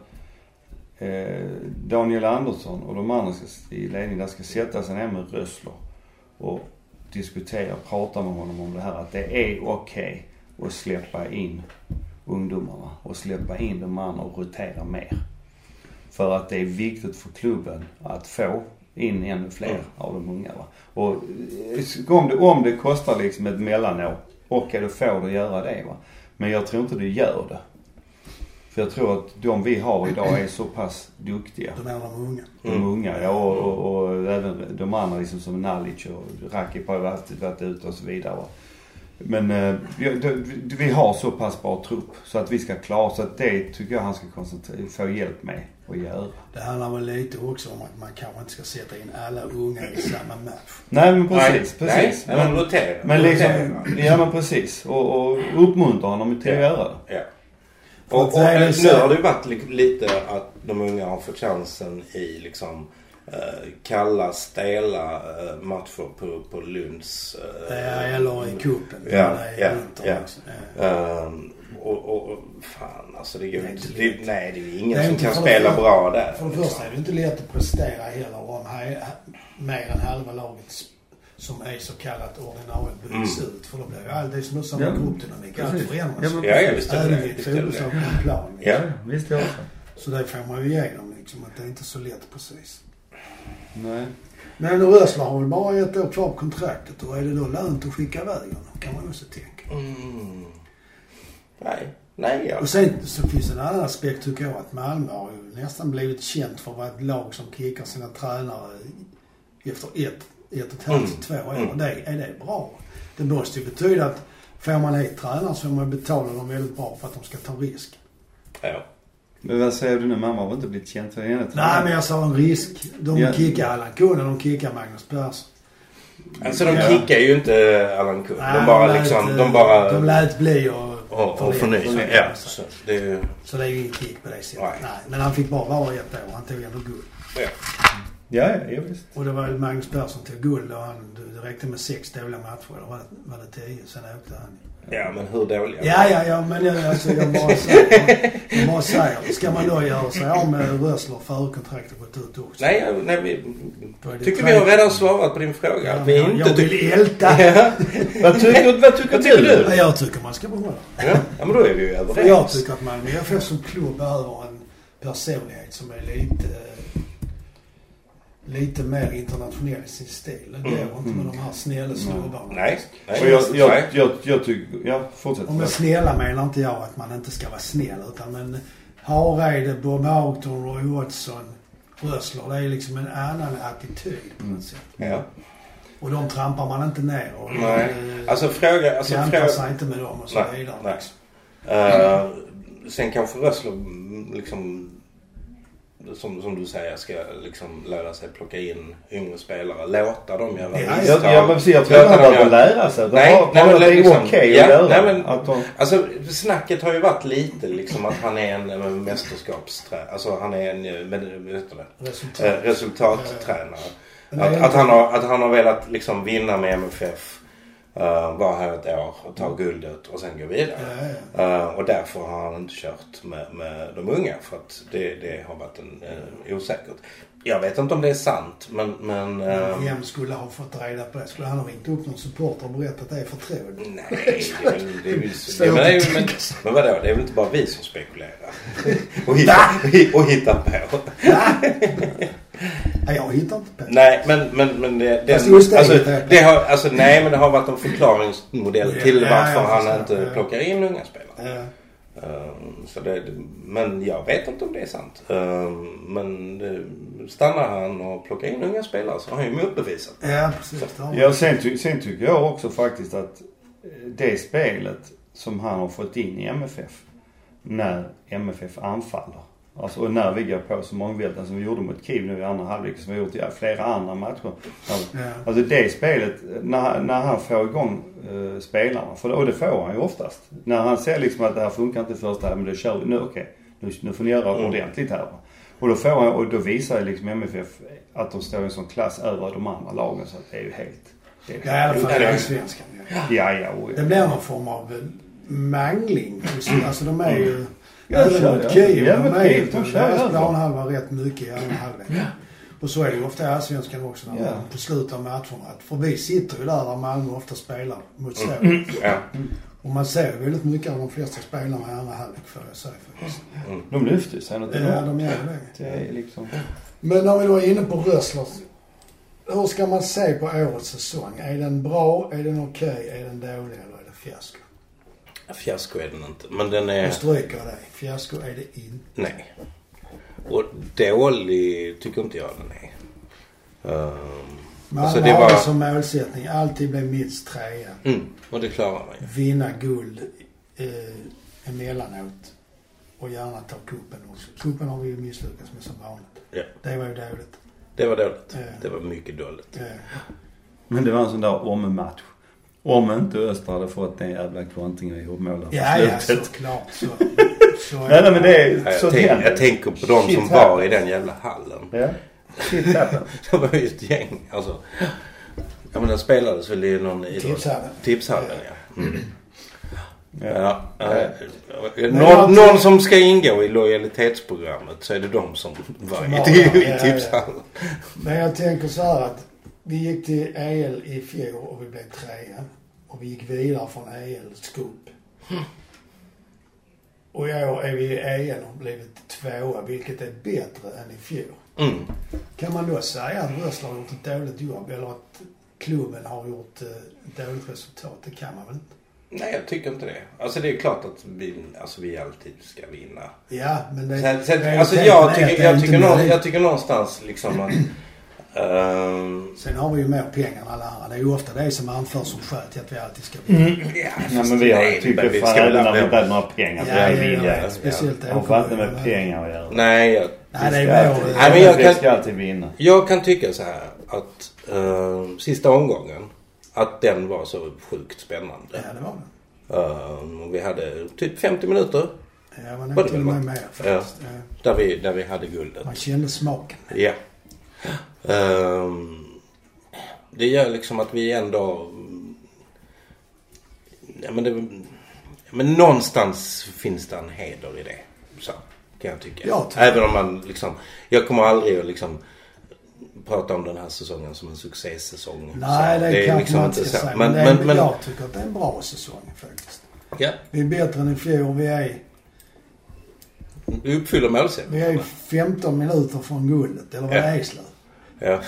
eh, Daniel Andersson och de andra ska, i ledningen där ska sätta sig ner med Rössler och diskutera, prata med honom om det här. Att det är okej att släppa in ungdomarna och släppa in de andra och rotera mer. För att det är viktigt för klubben att få in ännu fler mm. av de unga. Va? Och om det, om det kostar liksom ett mellanår, okej, då får du göra det. Va? Men jag tror inte du gör det. För jag tror att de vi har idag är så pass duktiga. De är de unga. De mm. unga, ja. Och, och, och även de andra liksom som Nalic och Rakip har varit, varit ute och så vidare. Va? Men eh, vi, vi har så pass bra trupp så att vi ska klara, så att det tycker jag han ska koncentrera, få hjälp med att göra. Det handlar väl lite också om att man kanske inte ska sätta in alla unga i samma match. Nej, men precis. Nej, precis. Nej, men, men, roterar, men liksom, ja men precis. Och, och uppmuntra honom till att ja. göra det. Ja. Och, och, och nu har det ju varit lite att de unga har fått chansen i liksom Uh, kalla, stela uh, matcher på, på Lunds... Uh, ja, eller i kuppen. Ja, ja, ja. ja. Um, och, och, och fan, alltså det går det inte... Det, nej, det är ingen det är som kan spela för, bra där. För det liksom. första är det inte lätt att prestera heller om här, mer än halva laget som är så kallat ordinarie byts mm. ut. För då blir ju allt det som är samma ja, gruppdynamik. Allt förändras. Ja, ja, visst är det. Även vid fotbollslag på plan. Ja, visst är det också. Så det får man ju igenom liksom, att det är inte så lätt precis. Nej. Men Rössler har väl bara ett år kvar på kontraktet, och är det då lönt att skicka iväg honom, kan man också tänka. Mm. Nej, nej ja. Och sen så finns en annan aspekt tycker jag, att Malmö har ju nästan blivit känt för att vara ett lag som kickar sina tränare efter ett, ett och ett halvt till mm. två år. Mm. Och det, är det bra? Det måste ju betyda att får man ett tränare så får man betala dem väldigt bra för att de ska ta risk. Ja. Men vad säger du nu? Mamma har inte blivit känd för det? Nej, men jag sa en risk. De ja. kickar Allan Kuhn och de kickar Magnus Persson. Alltså de ja. kickar ju inte Allan Kuhn. De bara de liksom... Lät, de bara... De lät bli och... Och, och förnysa. Ja. Så det är ju... Så det är ju ingen kick på det sättet. Nej. Nej. Men han fick bara vara ett år. Han tog ändå guld. Ja. Ja, ja, visst. Och det var Magnus Persson till guld och han, det räckte med sex dåliga matcher. Eller var det, var det tio? Sen åkte han. Ja, men hur dåliga? Ja, ja, ja, men jag, alltså, jag bara säger, jag bara säger, ska man då göra sig av med Rössler före kontraktet gått ut också? Nej, nej vi tycker vi har redan svarat på din fråga. Ja, vi jag, inte jag vill tycker... älta. Ja. Vad tycker, vad tycker du? Ja, jag tycker man ska behålla. Ja, ja, men då är vi ju överens. För jag tycker att man, F F som klubb behöver en personlighet som är lite... lite mer internationell i sin stil. Det går mm. inte med de här snälla snubbarna. Nej. Nej. Och jag, jag, jag, jag tycker... Ja, fortsätt. Och med snälla menar inte jag att man inte ska vara snäll. Utan men Hareide, Bob Houghton, Roy Watson, Rössler. Det är liksom en annan attityd på något sätt. Ja. Och de trampar man inte ner. Och nej. Man, alltså fråga... Alltså, fråga sig inte med dem och så nej, vidare. Nej. Uh, sen kanske Rössler liksom... som, som du säger ska liksom lära sig plocka in yngre spelare. Låta dem göra ja, misstag. Ja, jag, jag, jag tror inte att de får lära sig. De nej, har, nej, men, det är liksom, okej ja, att göra. Nej, men, att de... Alltså snacket har ju varit lite liksom att han är en, en mästerskapstränare. Alltså han är en med, vet du det? Resultat. Eh, resultattränare. Ja. Att, att, han har, att han har velat liksom vinna med M F F. Uh, vara här ett år och ta guldet och sen gå vidare. Ja, ja. Uh, och därför har han inte kört med, med de unga för att det, det har varit en uh, osäkert. Jag vet inte om det är sant men... men uh, vem skulle ha fått reda på det? Skulle han ha ringt upp någon supporter och berättat att det är förtroende? Nej, det är väl... Det är väl så, det, men, det är, men, men vadå? Det är väl inte bara vi som spekulerar? och, hittar, och hittar på. Nej, jag hittar inte på det. Nej, men, men, men det, det, alltså, det, alltså, det har, alltså, nej, men det har varit en förklaringsmodell ja, till varför ja, han förstår, inte ja. plockar in unga spelare. Ja. Um, så det, men jag vet inte om det är sant. Um, men det, stannar han och plockar in unga spelare så har han ju motbevisat. Ja, precis. Ja, sen, ty, sen tycker jag också faktiskt att det spelet som han har fått in i M F F när M F F anfaller. Alltså, och när vi går på så många välten som vi gjorde mot Kiev nu i andra halvlek som vi gjort i flera andra matcher. Alltså, ja. alltså det spelet, när, när han får igång uh, spelarna, för, och det får han ju oftast. När han ser liksom att det här funkar inte först här, men det kör vi nu, okej, okay, nu, nu får ni göra mm. ordentligt här. Och då får han, och då visar liksom M F F att de står i en sån klass över de andra lagen så att det är ju helt... Det är ja, i alla fall är det svenskan. Ja, ja, ja, ja. Det blir någon form av mangling. Alltså de är ju... Ja, även mot Kiev. Ja, de är ju... De kör planhalva rätt mycket i andra halvlek. Ja. Och så är det ju ofta i allsvenskan också när ja. man på slutet av matcherna. För vi sitter ju där där Malmö ofta spelar mot Sverige. Mm. Ja. Och man ser väldigt mycket av de flesta spelarna i andra halvlek för jag säger faktiskt. Mm. De lyfter sig något. Ja, de gör det. Det är liksom... Men när vi då är inne på Rösslers. Hur ska man se på årets säsong? Är den bra? Är den okej? Okay, är den dålig eller är det fiasko? Fiasko är den inte. Men den är... Jag stryker det. Fiasko är det inte. Nej. Och dålig tycker inte jag den är. Um, man alltså har det var... som målsättning. Alltid bli minst trea. Mm, och det klarar man ju. Vinna guld eh, emellanåt. Och gärna ta kuppen också. Kuppen har vi ju misslyckats med som vanligt. Ja. Det var ju dåligt. Det var dåligt. Ja. Det var mycket dåligt. Ja. Men det var en sån där om-match. Om inte Östra hade fått den jävla kvantingar ihop målen. Ja, ja, såklart. Så, så nej, nej, men det är ja, så jag, tänk, jag tänker på de Shit som happen. var i den jävla hallen. Ja. Shit happen. Det var ju ett gäng. Alltså, ja, men den spelades väl i någon... Tipshallen. Tipshallen, ja. Mm. Ja. Ja, ja. Ja. Någon, någon som ska ingå i lojalitetsprogrammet så är det de som var som i, i, i tipshallen. Ja, ja. Men jag tänker så här att vi gick till E L i fjol och vi blev trea. Och vi gick vidare från E L:s cup. Mm. Och i år är vi i E L och blivit tvåa, vilket är bättre än i fjol. Mm. Kan man då säga att Rössler har gjort ett dåligt jobb eller att klubben har gjort ett dåligt resultat? Det kan man väl inte? Nej, jag tycker inte det. Alltså det är klart att vi, alltså, vi alltid ska vinna. Ja, men det... Sen, sen, alltså jag tycker, jag, tycker nå, jag tycker någonstans liksom att... Um, Sen har vi ju mer pengar än alla andra. Det är ju ofta det som anförs som skäl till att vi alltid ska vinna. Mm. Ja, ja, men vi har ju tycker vi fan även när vi inte hade några pengar. Ja, ja, ja, ja, ja. Speciellt det. Har fan inte med pengar att göra. Nej, jag, nej, det är alltid, nej, men jag kan, ska alltid vinna. Jag kan tycka så här att uh, sista omgången att den var så sjukt spännande. Ja, det var den. Uh, vi hade typ femtio minuter. Ja, men det var till och med mer faktiskt. Ja, där, vi, där vi hade guldet. Man kände smaken. Ja. Um, det gör liksom att vi ändå... Ja, men, det, men någonstans finns det en heder i det. Så kan jag tycka. Jag Även om man liksom... Jag kommer aldrig att liksom... prata om den här säsongen som en succésäsong. Nej, det, det kan liksom man inte säga. Men, men, men, men, men jag tycker att det är en bra säsong faktiskt. Ja. Vi är bättre än i fjol. Vi är... Vi uppfyller målsättningen. Vi är femton minuter från guldet. Eller vad ja. är slut? Ja.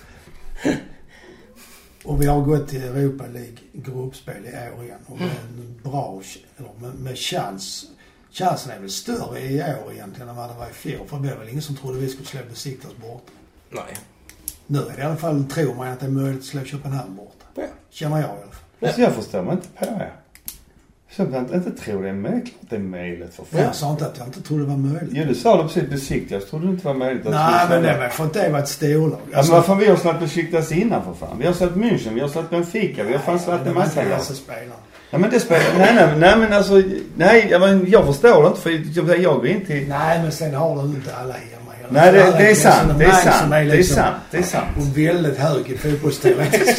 Och vi har gått till Europa League gruppspel i år igen. Och med en bra... Eller med, med chans... Chansen är väl större i år egentligen än vad det var i fjol. För det var väl ingen som trodde vi skulle slå Besiktas bort. Nej. Nu är det i alla fall, tror man att det är möjligt att slå Köpenhamn bort. Ja. Känner jag i alla fall. Ja. Alltså jag förstår mig inte på det. Så jag inte tror det är möjligt. Det är möjligt för fan. Jag sa inte att jag inte trodde det var möjligt. Jo, du sa det precis besiktigt. Jag trodde det inte var möjligt. Att Nej, men det var för att det var ett storlag. Ja, alltså, men varför vi har släppt besiktas innan för fan? Vi har släppt München, vi har släppt Benfica, vi har fan släppt en massa grejer. Ja, men det spelar... Nej, nej, nej, men alltså... Nej, jag, men jag förstår det inte för jag, jag går in till... Nej, men sen har du inte alla hemma. Nej, det, det är sant. Det är sant. Det är, liksom, det är sant. Det är sant. Och väldigt hög i fotbollsteoretisk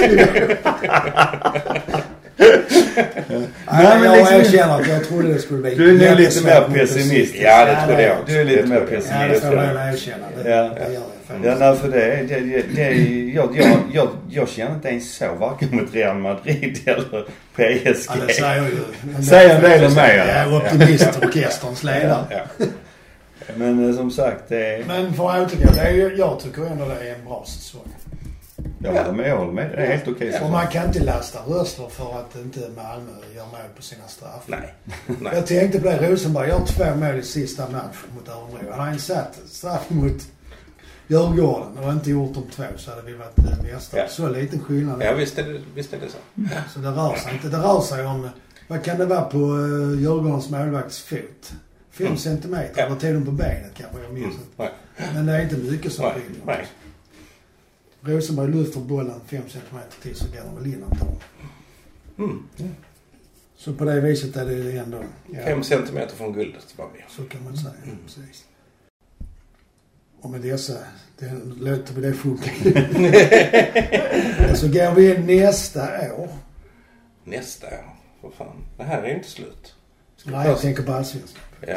Nej, men jag liksom, erkänner att jag trodde det skulle bli... Du är nu lite mer pessimistisk. Ja, det tror jag också. Du är lite mer pessimistisk. Ja, det får jag erkänna. Det, ja. det gör jag faktiskt. Ja, nej, för det, det, det, det jag, jag, jag, jag känner inte ens så varken mot Real Madrid eller P S G. Ja, det säger ju... Säger en del om mig. Ja, optimistorkesterns ledare. Ja. Men som sagt, det är... Men för att återgå, det är ju, jag tycker ändå det är en bra säsong. Jag håller med, jag håller med. Det är helt okej. Okay, och man kan inte lasta röster för att inte Malmö gör mål på sina straff. Nej. Nej. Jag tänkte på det, Rosenberg gör två mål i sista matchen mot Örebro. Han har en satt straff mot Djurgården och inte gjort de två så hade vi varit mästare. Ja. Så liten skillnad. Ja, visst är det, visst är det så. Ja. Så det rör sig inte. Det rör sig om, vad kan det vara på uh, Djurgårdens målvakts fot? Fem mm. centimeter. Ja. Eller tog de på benet kanske, jag minns inte. Mm. Men det är inte mycket som skiljer. Nej. Rosenberg lyfter bollen fem centimeter till så går de väl in och tar. Mm. Mm. Så på det viset är det ändå... Ja. Fem centimeter från guldet var vi. Så kan man säga, mm. precis. Och med dessa, det låter vi det funka. Så går vi nästa år. Nästa år? Vad fan? Det här är inte slut. Ska Nej, jag tänker på allsvenskan. Ja.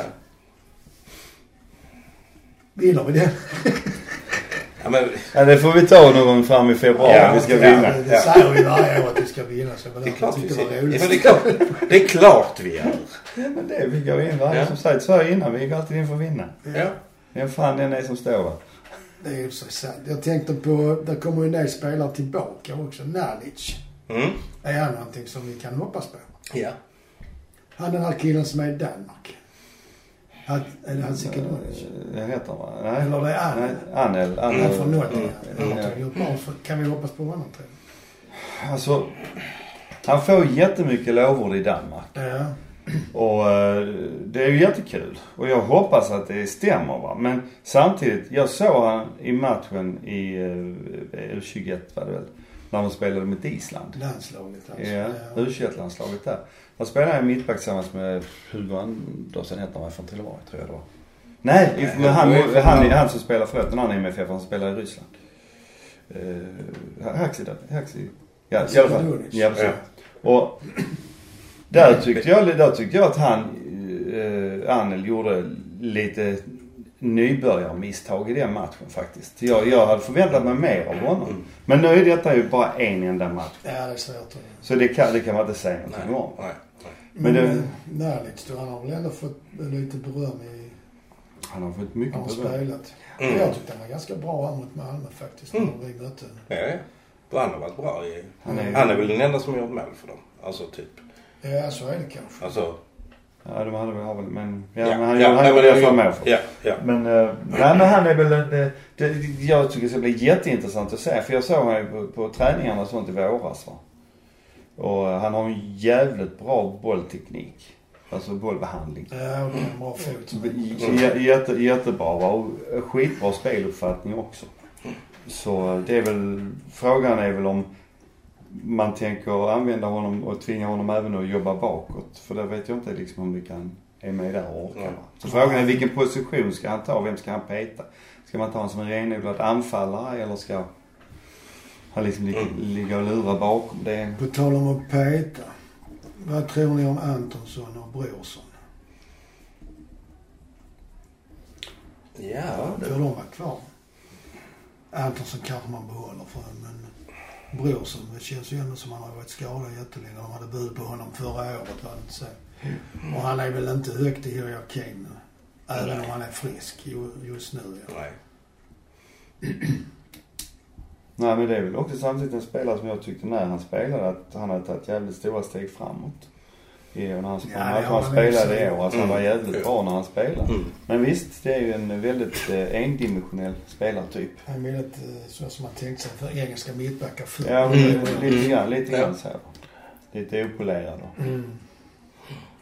Vinner vi det? Ja, men... ja, det får vi ta någon gång fram i februari. Ja, vi ska ja, vinna. Det, det säger vi varje år att vi ska vinna. Så det, är klart vi det, ja, det, är klart, det är klart vi gör. Ja, men det vi går in varje ja. Som sagt så innan. Vi går alltid in för att vinna. Ja. Vem fan den är som står där? Det är ju så sant. Jag tänkte på, där kommer ju en del spelare tillbaka också. Nalic. Mm. Är han någonting som vi kan hoppas på? Ja. Han den här killen som är i Danmark. Han, är det han Sikadonic? Det heter han va? Nej. Eller det är Anel. Anel. Anel. Han från Nottingham. Mm. Kan vi hoppas på honom tror jag? Alltså, han får jättemycket lovord i Danmark. Ja. Och det är ju jättekul. Och jag hoppas att det stämmer va. Men samtidigt, jag såg han i matchen i U tjugoett var det väl. När de spelade mot Island. Landslaget alltså. Ja, U tjugoett-landslaget där. Han spelade en mittback tillsammans med Hugo Andersson heter han från Trelleborg tror jag då. Nej, Nej men han, han, han, han som spelar förlåt, en annan M F F, han spelar i Ryssland. Uh, Haxi där, Haxi. Ja, i alla fall. Ja, ja. Och där tyckte jag, där tyckte jag att han, uh, Anel gjorde lite nybörjarmisstag i den matchen faktiskt. Jag, jag hade förväntat mig mer av honom. Mm. Men nu är detta ju bara en enda match. Ja, det är svårt. Så det kan, det kan man inte säga någonting om. Nej, nej. Men, Men det... Närligt, han har väl ändå fått lite beröm i... Han har fått mycket han beröm. Spelat. Mm. Jag tyckte han var ganska bra mot Malmö faktiskt. Mm. När vi mötte. Ja, ja. Han har varit bra i... Han är, han är väl den enda som har gjort mål för dem. Alltså typ. Ja, så är det kanske. Alltså... Ja, de hade väl har väl men ja, ja men han ja, han gjorde det för mig. Ja, ja. Men uh, nej men han är väl det, det, jag tycker det ska bli jätteintressant att se för jag såg honom på, på träningarna och sånt i våras va. Och uh, han har en jävligt bra bollteknik. Alltså bollbehandling. Ja, okej, bra fot. J- jätte jättebra va? Och skitbra speluppfattning också. Så det är väl frågan är väl om man tänker använda honom och tvinga honom även att jobba bakåt. För det vet jag inte liksom om vi kan är med där och orka. Mm. Så frågan är vilken position ska han ta? Vem ska han peta? Ska man ta honom som en renodlad anfallare eller ska han liksom ligga, mm. ligga och lura bakom det? På tal om att peta. Vad tror ni om Antonsson och Brorsson? Ja. Får de vara kvar? Antonsson kanske man behåller för men Brorsson, det känns ju ändå som han har varit skadad jättelänge. De hade bud på honom förra året, var det inte så. Och han är väl inte högt i hierarkin, även Nej. om han är frisk just nu. Ja. Nej. Nej, men det är väl också samtidigt en spelare som jag tyckte när han spelade att han hade tagit jävligt stora steg framåt. Ja, när han, ja, han, han spelade i år, alltså mm. han var jävligt bra när han spelade. Mm. Men visst, det är ju en väldigt eh, endimensionell spelartyp. Han är väldigt eh, så som man tänkte sig för engelska mittbackar förr. Ja, mm. lite grann, lite grann så här. Lite opolerad då. Mm.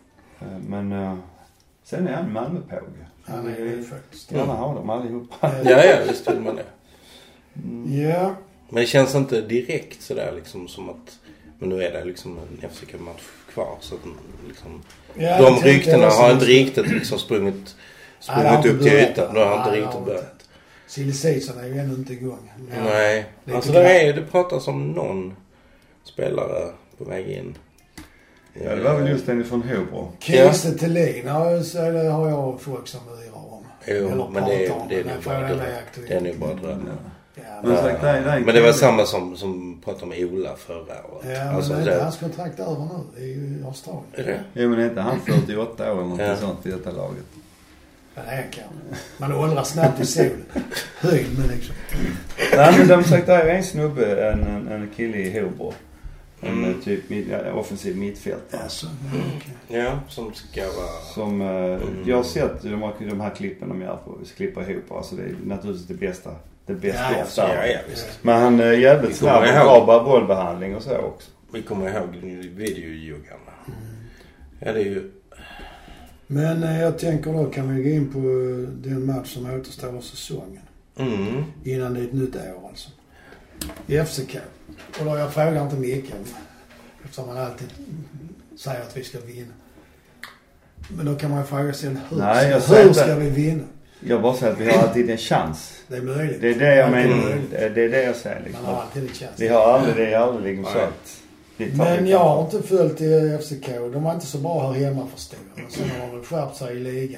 Men uh, sen är han Malmöpåg. Han är ju faktiskt. Gärna ha dem allihopa. Ja, ja, visst vill man det. Mm. Ja. Men det känns inte direkt sådär liksom som att, men nu är det liksom en F C K-match kvar så att liksom, ja, de ryktena har inte riktigt liksom sprungit, sprungit upp till ytan. De har inte riktigt börjat. Silly season är ju ännu inte igång. Ja. Nej, det alltså det, är, det pratas om någon spelare på väg in. Ja, det var väl just den från Hobro. Kiese ja. Thelin har, har jag folk som yrar om. Jo, eller men det, om, det är nog bara dröm. Det är nog bara dröm. Ja, men, ja. Sagt, nej, nej, men det var samma som, som pratade om Ola förra året. Ja, men alltså, det är inte hans kontrakt över nu i Australien. Är det? Ja, men är inte han fyrtioåtta år eller något ja. sånt i detta laget? Ja, det är kan. Man åldras snabbt i sol. Höjd men liksom. Nej, men de har sagt där är en snubbe, en, en, en kille i Hobro. En mm. typ ja, offensiv mittfältare. Alltså, mm. okay. Ja, som ska vara... Som, eh, mm. jag har sett de här, de här klippen de gör på, klipper ihop. Alltså det är naturligtvis det bästa. Det bästa ja, alltså, ja, ja, visst. Men han är jävligt snabb och bra bara bollbehandling och så också. Vi kommer ihåg videojuggarna. Mm. Ja, det är ju... Men eh, jag tänker då kan vi gå in på den match som återstår av säsongen. Mm. Innan det är ett nytt år alltså. I F C K. Och då jag frågar inte Mikael. Eftersom man alltid säger att vi ska vinna. Men då kan man ju fråga sig hur, Nej, jag hur ska det. vi vinna? Jag bara säger att vi har alltid en chans. Det är möjligt. Det är det jag menar. Det är det jag säger liksom. Man har alltid en chans. Vi har aldrig, det är aldrig liksom så att men jag har inte följt i F C K. De var inte så bra här hemma förstår jag. Sen har de skärpt sig i ligan.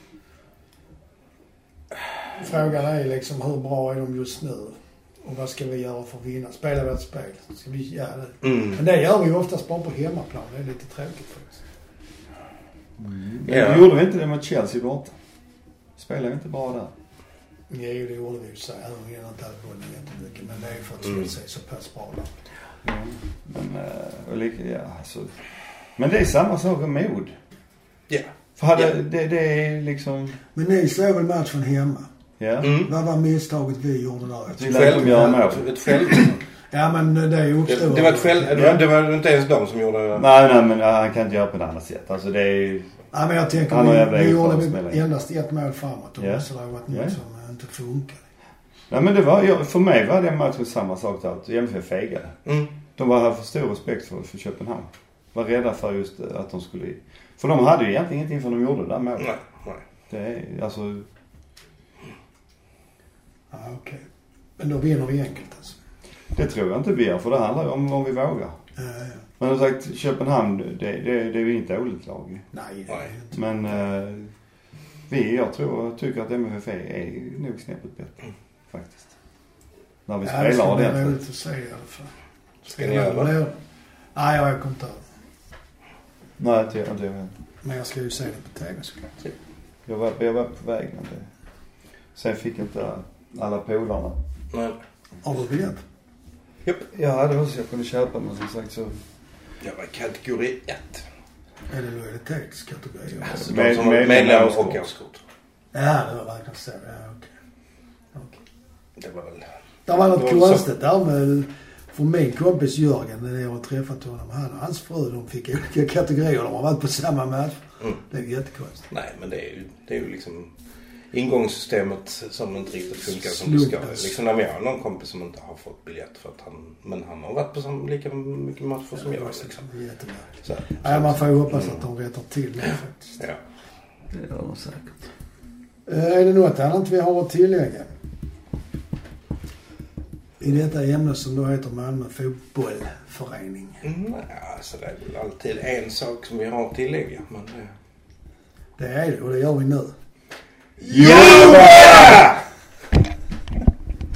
Frågan är liksom hur bra är de just nu? Och vad ska vi göra för att vinna? Spelar vi ett spel? Ska vi göra det? Mm. Men det gör vi ju oftast bara på hemmaplan. Det är lite tråkigt faktiskt. Mm. Ja. Gjorde vi inte det med Chelsea borta? Spelar vi inte bra där? Ja, det gjorde vi ju så. Även om vi inte hade bollen jättemycket. Men det är ju för att Chelsea är så pass bra där. Mm. Men, och lika, ja, alltså. Men det är samma sak med mod. Ja. För hade, ja. Det, det är liksom... Men ni såg väl matchen hemma? Ja. Mm. Vad var misstaget vi gjorde där? Vi själv gör mål. Ett själv. Ja, men det är ju uppstått. Det, det var ett själv. Ja. Det var inte ens de som gjorde... Nej, nej, men han kan inte göra på ett annat sätt. Alltså det är ju... Ja, men jag tänker vi, vi gjorde endast ett mål framåt. Och yeah. så det har varit något yeah. som inte funkar. Nej, men det var... För mig var det matchen samma sak där. Att M F F fegade. Mm. De var här för stor respekt för, för Köpenhamn. Var rädda för just att de skulle... För de hade ju egentligen ingenting för de gjorde det där målet. Nej, nej. Det är alltså... Ja, okej. Okay. Men då vinner vi enkelt alltså. Det tror jag inte vi gör, för det handlar ju om om vi vågar. Ja, ja. Men som sagt, Köpenhamn, det, det, det är ju inte dåligt lag. Nej, det är inte. Men uh, vi, jag tror, tycker att M F F är, är nog snäppet bättre, mm. faktiskt. När vi ja, spelar det. Ja, det är roligt att se i alla fall. Ska ni göra det? Nej, jag har kommit över. Nej, det gör jag inte. Men jag ska ju se det på T V såklart. Jag var, jag var på väg med det. Sen fick inte alla polarna. Nej. Har du biljett? Japp. Jag hade också, jag kunde köpa, men som sagt så... Jag var kategori ett. Är det lojalitetskategori? Alltså, de som var medlem och årskort. Ja, det var verkligen så. Ja, okej. Okay. Det var väl... Det var något konstigt där med... För min kompis Jörgen, när jag har träffat honom, han och hans fru, de fick olika kategorier. De har varit på samma match. Mm. Det är jättekonstigt. Nej, men det är ju, det är ju liksom ingångssystemet som inte riktigt funkar som det ska. Liksom när vi har någon kompis som inte har fått biljett för att han, men han har varit på som, lika mycket matcher ja, som jag. Liksom. Jättemärkligt. Så, ja, man får ju hoppas mm. att de rättar till det faktiskt. Ja. Det gör de säkert. Äh, är det något annat vi har att tillägga? I detta ämne som då heter Malmö fotbollförening. Mm, ja, så det är väl alltid en sak som vi har att tillägga. Men det... det är det, och det gör vi nu. Ja!